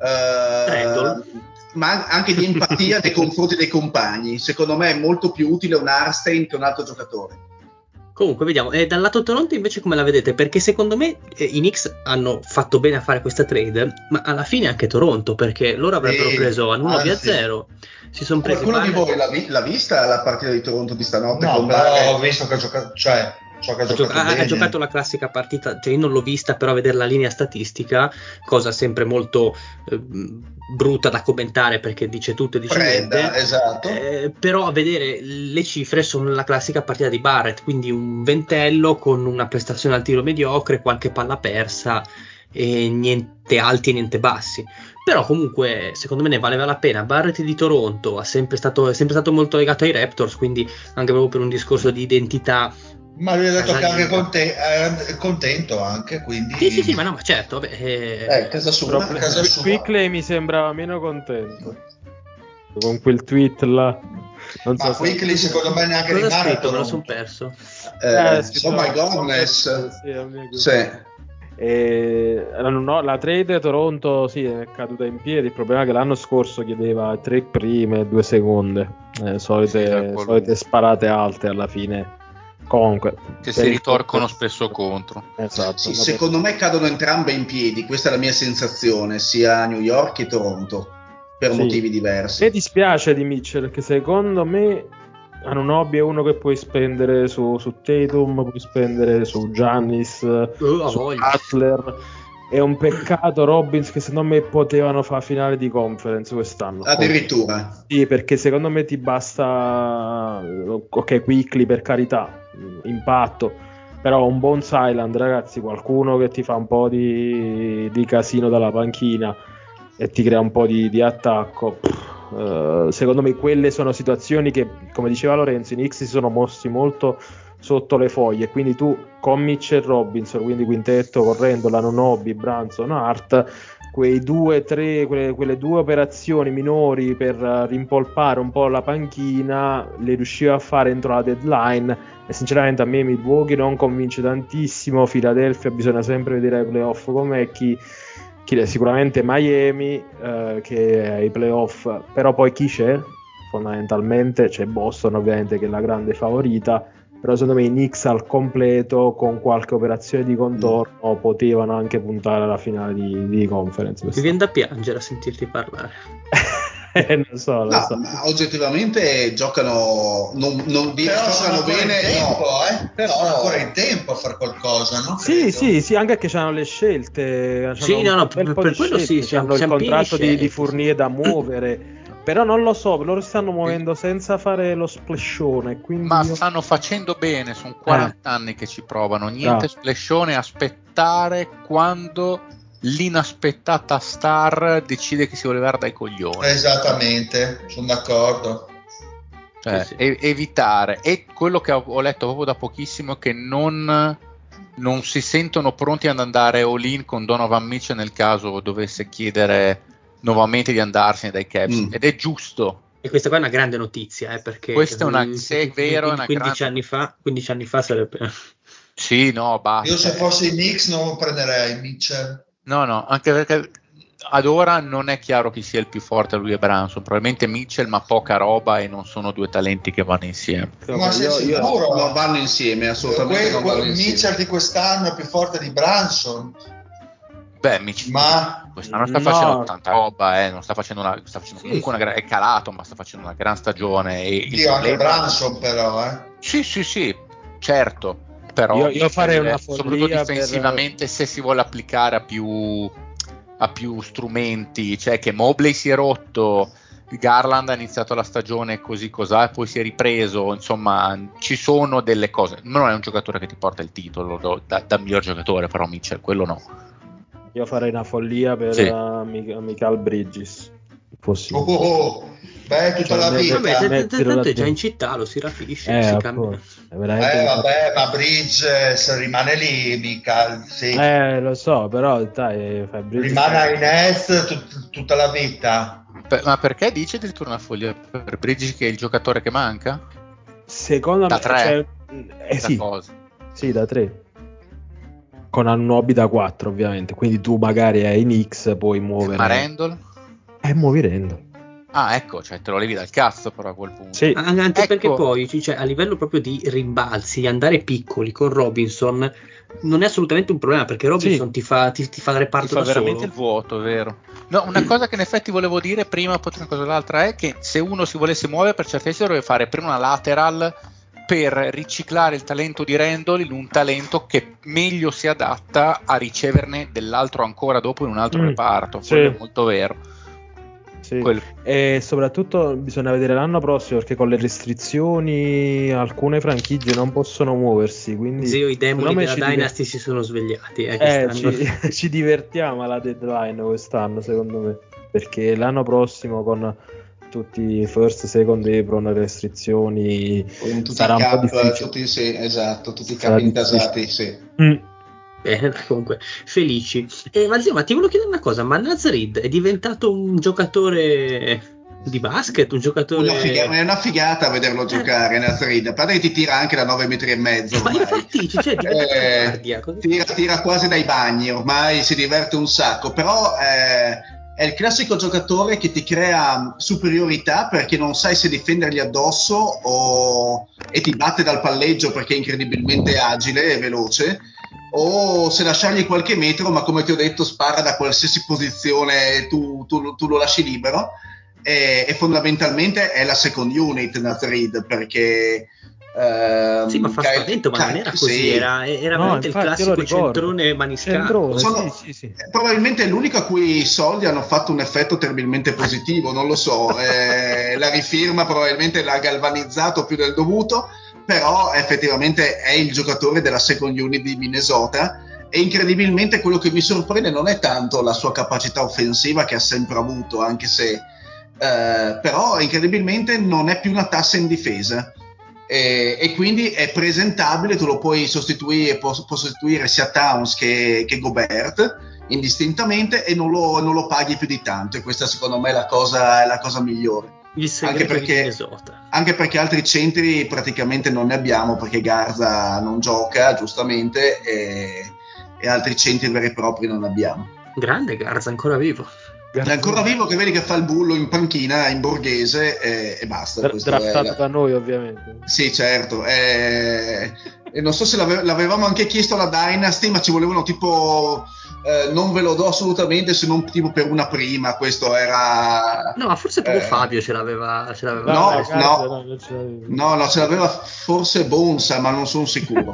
Randall. uh, ma anche di empatia nei confronti dei compagni. Secondo me è molto più utile un Hartenstein che un altro giocatore. Comunque vediamo, e dal lato Toronto invece come la vedete? Perché secondo me eh, i Knicks hanno fatto bene a fare questa trade, ma alla fine anche Toronto, perché loro avrebbero Sì, preso Anunoby a anzi. zero, si sono presi Qualcuno di Barrett- voi l'ha, vi- l'ha vista la partita di Toronto di stanotte No, con però Barrett? ho visto che ha giocato, cioè, so che ha Ha, giocato gioca- ha- bene. ha giocato la classica partita, cioè io non l'ho vista, però a vedere la linea statistica, cosa sempre molto eh, brutta da commentare perché dice tutto e dice Fredda, niente, esatto. eh, però a vedere le cifre sono la classica partita di Barrett, quindi un ventello con una prestazione al tiro mediocre, qualche palla persa e niente alti e niente bassi. Però comunque secondo me ne valeva la pena. Barrett di Toronto ha sempre stato, è sempre stato molto legato ai Raptors, quindi anche proprio per un discorso di identità. Ma lui ha detto che anche casalinga. conte- è contento anche, quindi... Sì, sì, sì, ma no, ma certo, vabbè, eh, Eh, casa sua. Proble- casa sua. Quickley mi sembrava meno contento con quel tweet là. Non Ma so Quickley se... secondo me neanche cosa ha rimane a scritto? Me lo sono Toronto. perso. Eh, Eh, sì, oh my però- goodness. Sì, a me così. Sì. E, no, la trade Toronto sì, è caduta in piedi. Il problema è che l'anno scorso chiedeva tre prime e due seconde, eh, solite, Sì, calcolo. solite sparate alte alla fine. Comunque, Che per si il ritorcono contesto- spesso contro. Esatto. Sì, ma per- secondo me cadono entrambe in piedi, questa è la mia sensazione, sia New York che Toronto, per Sì. motivi Mi diversi. dispiace di Mitchell, perché secondo me Anunoby è uno che puoi spendere su, su Tatum, puoi spendere su Giannis, Uh, a su voglia. Butler. È un peccato Robbins che secondo me potevano fare finale di conference quest'anno. Addirittura. Sì, perché secondo me ti basta, ok, Quickly per carità, impatto, però un buon Island, ragazzi, qualcuno che ti fa un po' di, di casino dalla panchina e ti crea un po' di, di attacco. Pff, eh, secondo me quelle sono situazioni che, come diceva Lorenzo, i Knicks si sono mossi molto sotto le foglie, quindi tu con Mitchell Robinson, quindi quintetto correndo Anunoby, Brunson, Hart, quei due, tre, quelle, quelle due operazioni minori per uh, rimpolpare un po' la panchina le riusciva a fare entro la deadline e sinceramente a me Milwaukee non convince tantissimo. Philadelphia bisogna sempre vedere ai playoff com'è, chi, chi sicuramente Miami uh, che è ai playoff, però poi chi c'è? Fondamentalmente c'è Boston ovviamente che è la grande favorita, però secondo me i Knicks al completo con qualche operazione di contorno mm. potevano anche puntare alla finale di, di conference. Mi viene da piangere a sentirti parlare. eh, lo so, lo no, so. ma oggettivamente giocano non, non dire Però giocano sono bene in tempo, no. eh? Però sono ancora in tempo a fare qualcosa, no? Sì, Credo. sì, sì, anche perché hanno le scelte, Sì, no, no, per, per quello sì, siamo, hanno il siamo contratto di, di scelti, Fournier sì. da muovere. Però non lo so, loro stanno muovendo senza fare lo splashone, quindi Ma io... stanno facendo bene, sono quaranta eh. anni che ci provano, niente ah. splashone, aspettare quando l'inaspettata star decide che si vuole levare dai coglioni. Esattamente, sono d'accordo. Cioè, sì, sì. E- evitare. E quello che ho, ho letto proprio da pochissimo è che non, non si sentono pronti ad andare all in con Donovan Mitchell nel caso dovesse chiedere nuovamente di andarsene dai Cavs, mm. ed è giusto. E questa qua è una grande notizia, eh, perché questa è una, se è vero, è una quindici grande... anni fa, quindici anni fa sarebbe... Sì, no, basta. Io se fossi i Knicks non prenderei Mitchell. No, no, anche perché ad ora non è chiaro chi sia il più forte, lui e Branson, probabilmente Mitchell, ma poca roba e non sono due talenti che vanno insieme. Ma sei io, sicuro? Io non vanno insieme, assolutamente Que- non vanno que- insieme. Mitchell di quest'anno è più forte di Branson. Beh, Mitchell Ma quest'anno sta no. facendo tanta roba, eh, non sta facendo una, sta facendo Sì, comunque sì. una gra- è calato, ma sta facendo una gran stagione. E il io anche problema- Branson però, eh. Sì, sì, sì, certo. Però Io- io farei Mitchell, una soprattutto follia difensivamente, se si vuole applicare a più, a più strumenti, cioè che Mobley si è rotto, Garland ha iniziato la stagione così cos'ha e poi si è ripreso, insomma ci sono delle cose. Non è un giocatore che ti porta il titolo do- da, da miglior giocatore, però Mitchell quello no. Io farei una follia per Sì. uh, Mich- Michael Bridges. Possibile. Oh, beh, tutta Cioè, la me- vita. Vabbè, t- t- mettilo tanto da è già te. in città, lo si rapisce, Eh, si appunto, cambia. è veramente Eh, un- vabbè, ma Bridges rimane lì, mica, sì. Eh, lo so, però dai, fai Bridges. Rimane ai Nets tut- tutta la vita. Per- ma perché dice addirittura una follia per Bridges che è il giocatore che manca? Secondo Da me, tre? cioè, eh Da sì, cosa? sì, da tre. Con Anunoby da quattro, ovviamente. Quindi tu magari ai Knicks puoi muovere. Ma Randall? Eh, muovi Randall. Ah, ecco, cioè te lo levi dal cazzo però a quel punto. Sì. An- Anche Ecco. perché poi, cioè, a livello proprio di rimbalzi, andare piccoli con Robinson non è assolutamente un problema, perché Robinson Sì. ti fa, ti, ti fa il Ti reparto fa da veramente solo. il vuoto, è vero. No, una cosa che in effetti volevo dire prima, poi una cosa l'altra è che se uno si volesse muovere per certi versi dovrebbe fare prima una lateral per riciclare il talento di Randall in un talento che meglio si adatta a riceverne dell'altro ancora dopo in un altro Mm, reparto. sì. Quello è molto vero. Sì. Quello- E soprattutto bisogna vedere l'anno prossimo, perché con le restrizioni alcune franchigie non possono muoversi, quindi Zio, i secondo demoni me della ci diver- Dynasty si sono svegliati. Eh, eh, quest'anno. ci, ci divertiamo alla deadline quest'anno, secondo me, perché l'anno prossimo con tutti i first, second Apron, restrizioni, Con tutti sarà i un po' cap, difficile. tutti, sì, esatto, tutti i Sarà capi difficile. intasati, sì. Mm. Bene, comunque, felici. Eh, ma zio, ma ti volevo chiedere una cosa, ma Naz Reid è diventato un giocatore di basket, un giocatore... Una figa- è una figata vederlo Eh. giocare Naz Reid, a parte che ti tira anche da nove metri e mezzo Ma ormai. infatti, cioè, diventa Eh, guardia. Cosa- tira, tira quasi dai bagni, ormai si diverte un sacco, però eh, è il classico giocatore che ti crea superiorità perché non sai se difendergli addosso o... e ti batte dal palleggio perché è incredibilmente agile e veloce, o se lasciargli qualche metro, ma come ti ho detto spara da qualsiasi posizione, tu, tu, tu lo lasci libero. E, e fondamentalmente è la second unit Naz Reid, perché ehm, Sì, ma fa Kyle- spavento, ma non Kyle- era così, sì. era, era No, veramente il infatti, io lo classico ricordo. centrone maniscalco. Centrone, Sono- sì, sì, sì. probabilmente è l'unico a cui i soldi hanno fatto un effetto terribilmente positivo, non lo so, eh, la rifirma probabilmente l'ha galvanizzato più del dovuto, però effettivamente è il giocatore della second unit di Minnesota e incredibilmente quello che mi sorprende non è tanto la sua capacità offensiva che ha sempre avuto, anche se eh, però incredibilmente non è più una tassa in difesa. E, e quindi è presentabile, tu lo puoi sostituire, può, può sostituire sia Towns che, che Gobert indistintamente e non lo, non lo paghi più di tanto, e questa secondo me è la cosa, è la cosa migliore. Il segreto Anche perché- di Minnesota. Anche perché altri centri praticamente non ne abbiamo, perché Garza non gioca giustamente e, e altri centri veri e propri non abbiamo. Grande Garza, ancora vivo. È ancora vivo, che vedi che fa il bullo in panchina in borghese e, e basta. Dra- Questo draftato è la- da noi, ovviamente. Sì, certo. eh, E non so se l'ave- l'avevamo anche chiesto alla Dynasty, ma ci volevano tipo eh, non ve lo do assolutamente, se non tipo per una prima. Questo era No, ma forse proprio eh, Fabio ce l'aveva, ce l'aveva No, preso. no. Garza, no, non ce l'avevo. No, no, ce l'aveva forse Bonsa, ma non sono sicuro.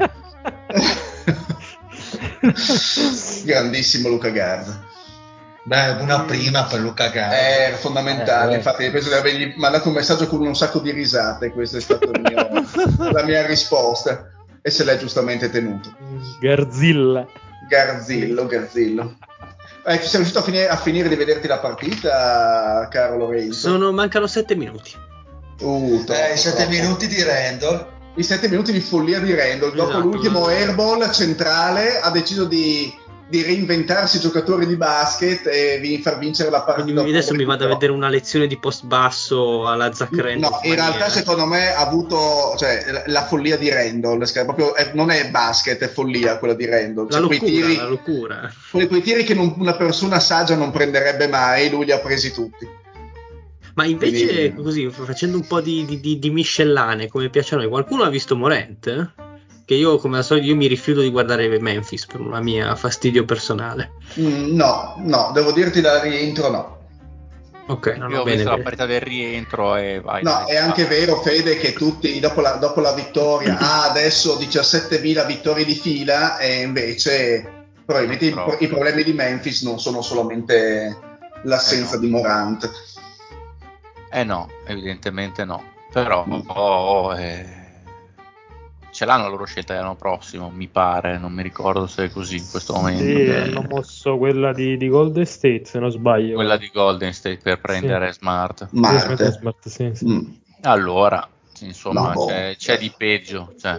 Grandissimo Luca Garza. Beh, una prima per Luca Garza. È fondamentale, Eh, eh. infatti penso di avergli mandato un messaggio con un sacco di risate, questa è stata il mio- la mia risposta e se l'è giustamente tenuto. Garzilla. Garzillo, Garzillo. Eh, sei riuscito a finire, a finire di vederti la partita, caro Lorenzo? Sono, mancano sette minuti. Uh, troppo, Eh, i sette troppo. minuti di Randall. I sette minuti di follia di Randall. Dopo Esatto, l'ultimo ma- airball centrale ha deciso di di reinventarsi giocatori di basket e vi far vincere la partita. Quindi adesso mi vado a vedere una lezione di post basso alla Zach Randolph. No, in realtà secondo me ha avuto, cioè, la follia di Randall, che è proprio, è, non è basket, è follia quella di Randall. La Cioè, locura, quei tiri, la locura. Quei, quei tiri che non, una persona saggia non prenderebbe mai, lui li ha presi tutti. Ma invece, Quindi... così, facendo un po' di, di, di, di miscellane, come piace a noi, qualcuno ha visto Morant? Che io, come al solito, io mi rifiuto di guardare Memphis per una mia fastidio personale. Mm, no, no, devo dirti da rientro no. Ok, no, Io no, ho bene, visto bene. la partita del rientro e vai. No, dai, è anche vai. vero, Fede, che tutti dopo la, dopo la vittoria, ah, adesso diciassettemila vittorie di fila, e invece probabilmente i, Troppo. i problemi di Memphis non sono solamente l'assenza Eh no. di Morant. Eh no, evidentemente no. Però oh, eh, ce l'hanno la loro scelta l'anno prossimo, mi pare, non mi ricordo se è così in questo momento. Sì, che- hanno mosso quella di, di Golden State, se non sbaglio. Quella di Golden State per prendere Smart. Marte. Smart, sì, sì. Mm. Allora, insomma, No, boh. c'è, c'è di peggio. Cioè.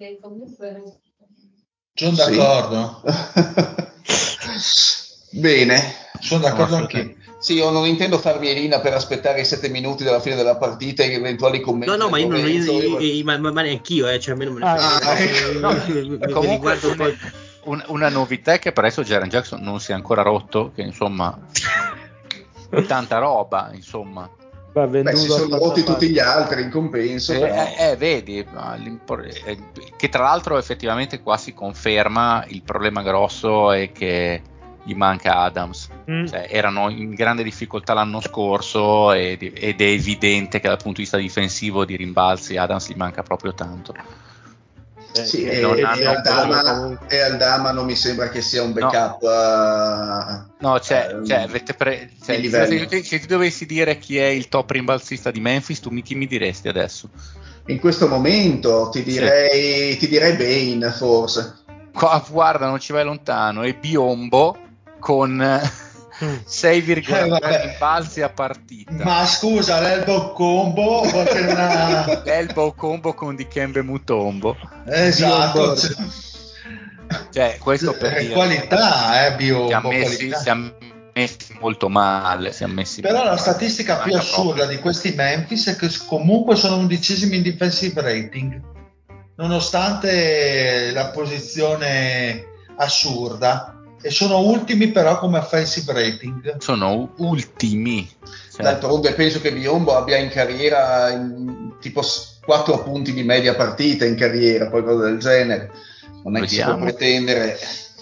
Sono Sì. d'accordo. Bene. Sono d'accordo anche. Sì, io non intendo farmi Elina per aspettare i sette minuti dalla fine della partita e eventuali commenti. No, no, ma io non Lorenzo, io, io- io, ma, ma, ma neanch'io, eh, cioè a me non me ne Ah, frega. ecco. No, Mi- mi- mi comunque riguardo una, poi. un- una novità è che per adesso Jaren Jackson non si è ancora rotto, che insomma tanta roba, insomma. Va Beh, venduto si a sono rotti fatta tutti gli altri in compenso, Eh, però. eh, eh, vedi, ma l'impor- eh, che tra l'altro effettivamente qua si conferma il problema grosso è che gli manca Adams. Mm. Cioè, erano in grande difficoltà l'anno scorso ed, ed è evidente che dal punto di vista difensivo di rimbalzi Adams gli manca proprio tanto. Eh, Sì, che- e, non e hanno Aldama, comunque. e Aldama non mi sembra che sia un No. backup uh, No, c'è, ehm, c'è, avete pre- cioè, di se, livello. se- se ti dovessi dire chi è il top rimbalzista di Memphis, tu mi, chi mi diresti adesso? In questo momento ti direi, ti direi Bane, forse. Qua, guarda, non ci vai lontano, è Biombo con sei virgola due Eh, vabbè. rimbalzi a partita. Ma scusa, l'elbow combo perché non ha... L'elbow combo con Dikembe Mutombo. Esatto. Cioè, questo per È dire, qualità, eh, si è Biombo, messi, qualità. si è messi molto male. Si è messi Però molto la male. statistica più Manca assurda proprio. di questi Memphis è che comunque sono undicesimi in defensive rating, nonostante la posizione assurda, e sono ultimi però come offensive rating. Sono u- ultimi. Cioè, D'altronde penso che Biombo abbia in carriera in, tipo quattro punti di media partita in carriera, poi cosa del genere. Non è che si può Vediamo. pretendere.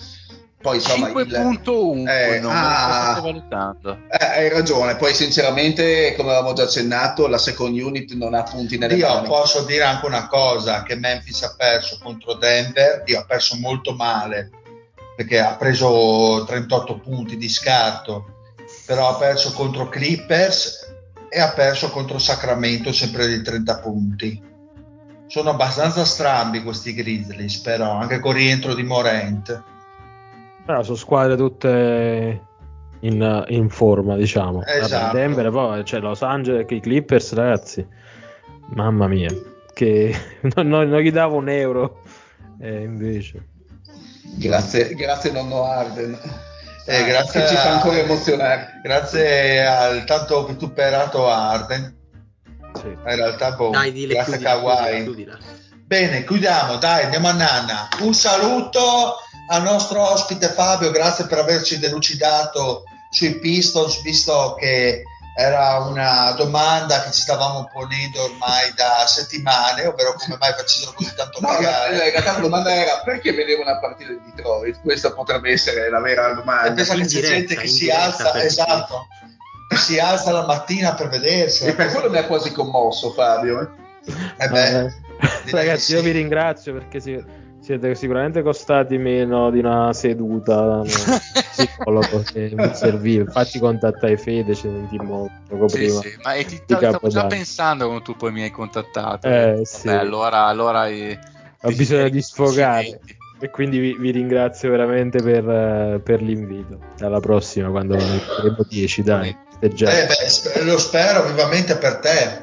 Poi insomma cinque il, virgola uno, eh, me lo ah, state valutando. eh, hai ragione. Poi sinceramente, come avevamo già accennato, la second unit non ha punti nelle Io mani. posso dire anche una cosa, che Memphis ha perso contro Denver, io ha perso molto male, perché ha preso trentotto punti di scarto, però ha perso contro Clippers e ha perso contro Sacramento sempre di trenta punti. Sono abbastanza strambi questi Grizzlies, però anche con il rientro di Morant. Però sono squadre tutte in, in forma, diciamo. Esatto. Vabbè, Denver, poi c'è Los Angeles che i Clippers, ragazzi. Mamma mia, che non, non- non gli davo un euro. E invece. Grazie, grazie nonno Arden. Eh, Ah, grazie che ci fa a- ancora emozionare. Grazie al tanto vituperato Arden. Sì. In realtà, boh, Dai, dile, grazie a chiudila, chiudila, Kawhi. chiudila. Bene, chiudiamo, dai, andiamo a Nanna. Un saluto al nostro ospite Fabio, grazie per averci delucidato sui Pistons, visto che era una domanda che ci stavamo ponendo ormai da settimane, ovvero come mai facessero così tanto No, la, cagare. in realtà la domanda era perché vedevo una partita di Detroit? Questa potrebbe essere la vera E domanda. pensa che In c'è diretta, gente che in si diretta, alza, per esatto, che si alza la mattina per vedersi. E per quello mi ha quasi commosso Fabio. Eh? Eh beh, Ah, eh. direi Ragazzi, che io sì. vi ringrazio perché si- siete sicuramente costati meno di una seduta da uno psicologo che mi serviva. Infatti, contattai Fede, ci sentimmo poco Sì, prima. sì, ma e ti di stavo già Capodanno. pensando quando tu poi mi hai contattato. Eh, Vabbè, sì. allora, allora eh, Ho bisogno desideri di sfogare complimenti. e quindi vi, vi ringrazio veramente per, eh, per l'invito. Alla prossima, quando ne faremo dieci, dai. festeggiamo. Eh beh, sp- lo spero vivamente per te.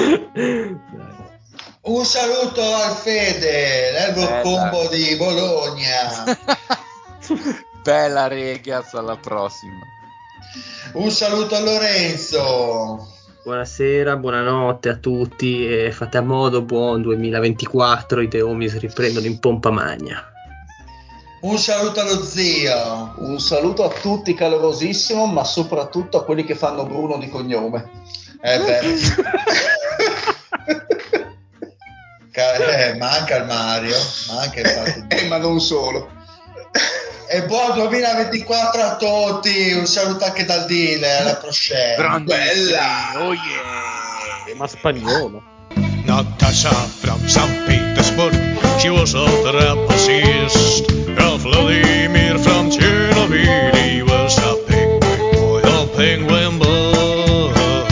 Dai. Un saluto al Fede, l'Elbow Bella. Combo di Bologna. Bella Regaz, alla prossima. Un saluto a Lorenzo. Buonasera, buonanotte a tutti e fate a modo, buon duemilaventiquattro, i The Homies riprendono in pompa magna. Un saluto allo zio. Un saluto a tutti calorosissimo, ma soprattutto a quelli che fanno Bruno di cognome. Eh beh. eh, manca il Mario, manca infatti. Eh, ma non solo. E buon duemilaventiquattro a tutti, un saluto anche dal dealer, alla prossima. Bella, oh yeah, ma spagnolo. Natasha from Saint Petersburg, she was a trapezist. Vladimir from Chernobyl, he was a penguin boy, a penguin boy,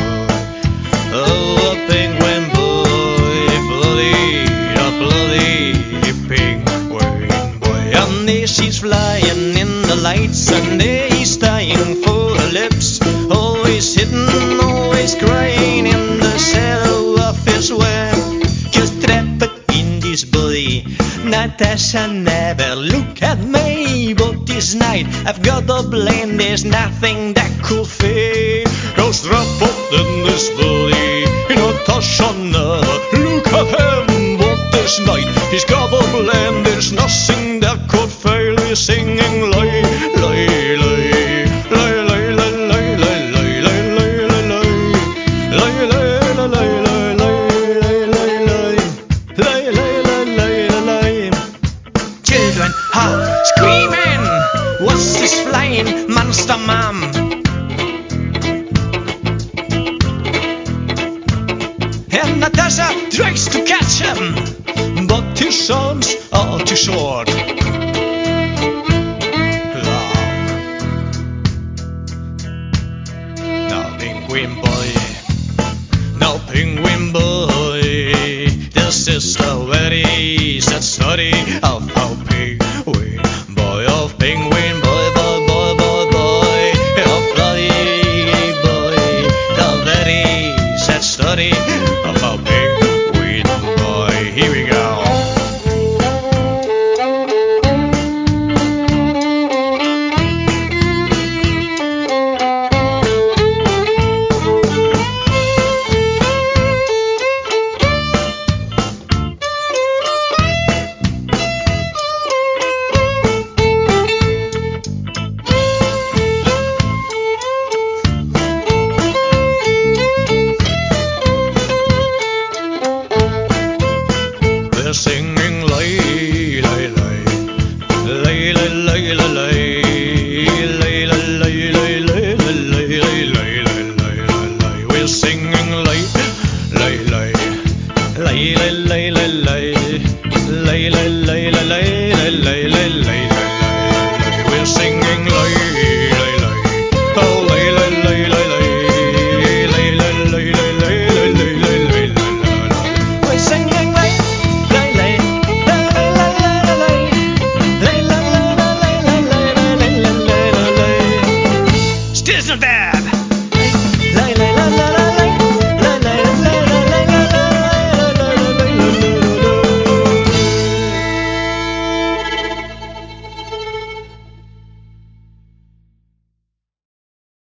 oh, a penguin boy, bloody, a bloody penguin boy. And there she's flying in the lights, and there he's dying for her lips, always hidden, always crying in the shadow of his web, just trapped in this body. Natasha, never look at me, but this night I've got a blame, there's nothing that could fade. Cause trapped in this body, Natasha, never look at him, but this night he's got a blame, there's nothing that could fail. He's singing lay, lay, lay, lay, lay, lay, lay, lay, lay, lay, lay, lay, lay, lay, lay, children are screaming, what's this flying monster, mom? And Natasha tries to catch him, but his arms are too short. Now penguin boy, now penguin boy, this is the very sad story of how penguin boy, of penguin boy, boy, boy, boy, boy, of bloody boy, the very sad story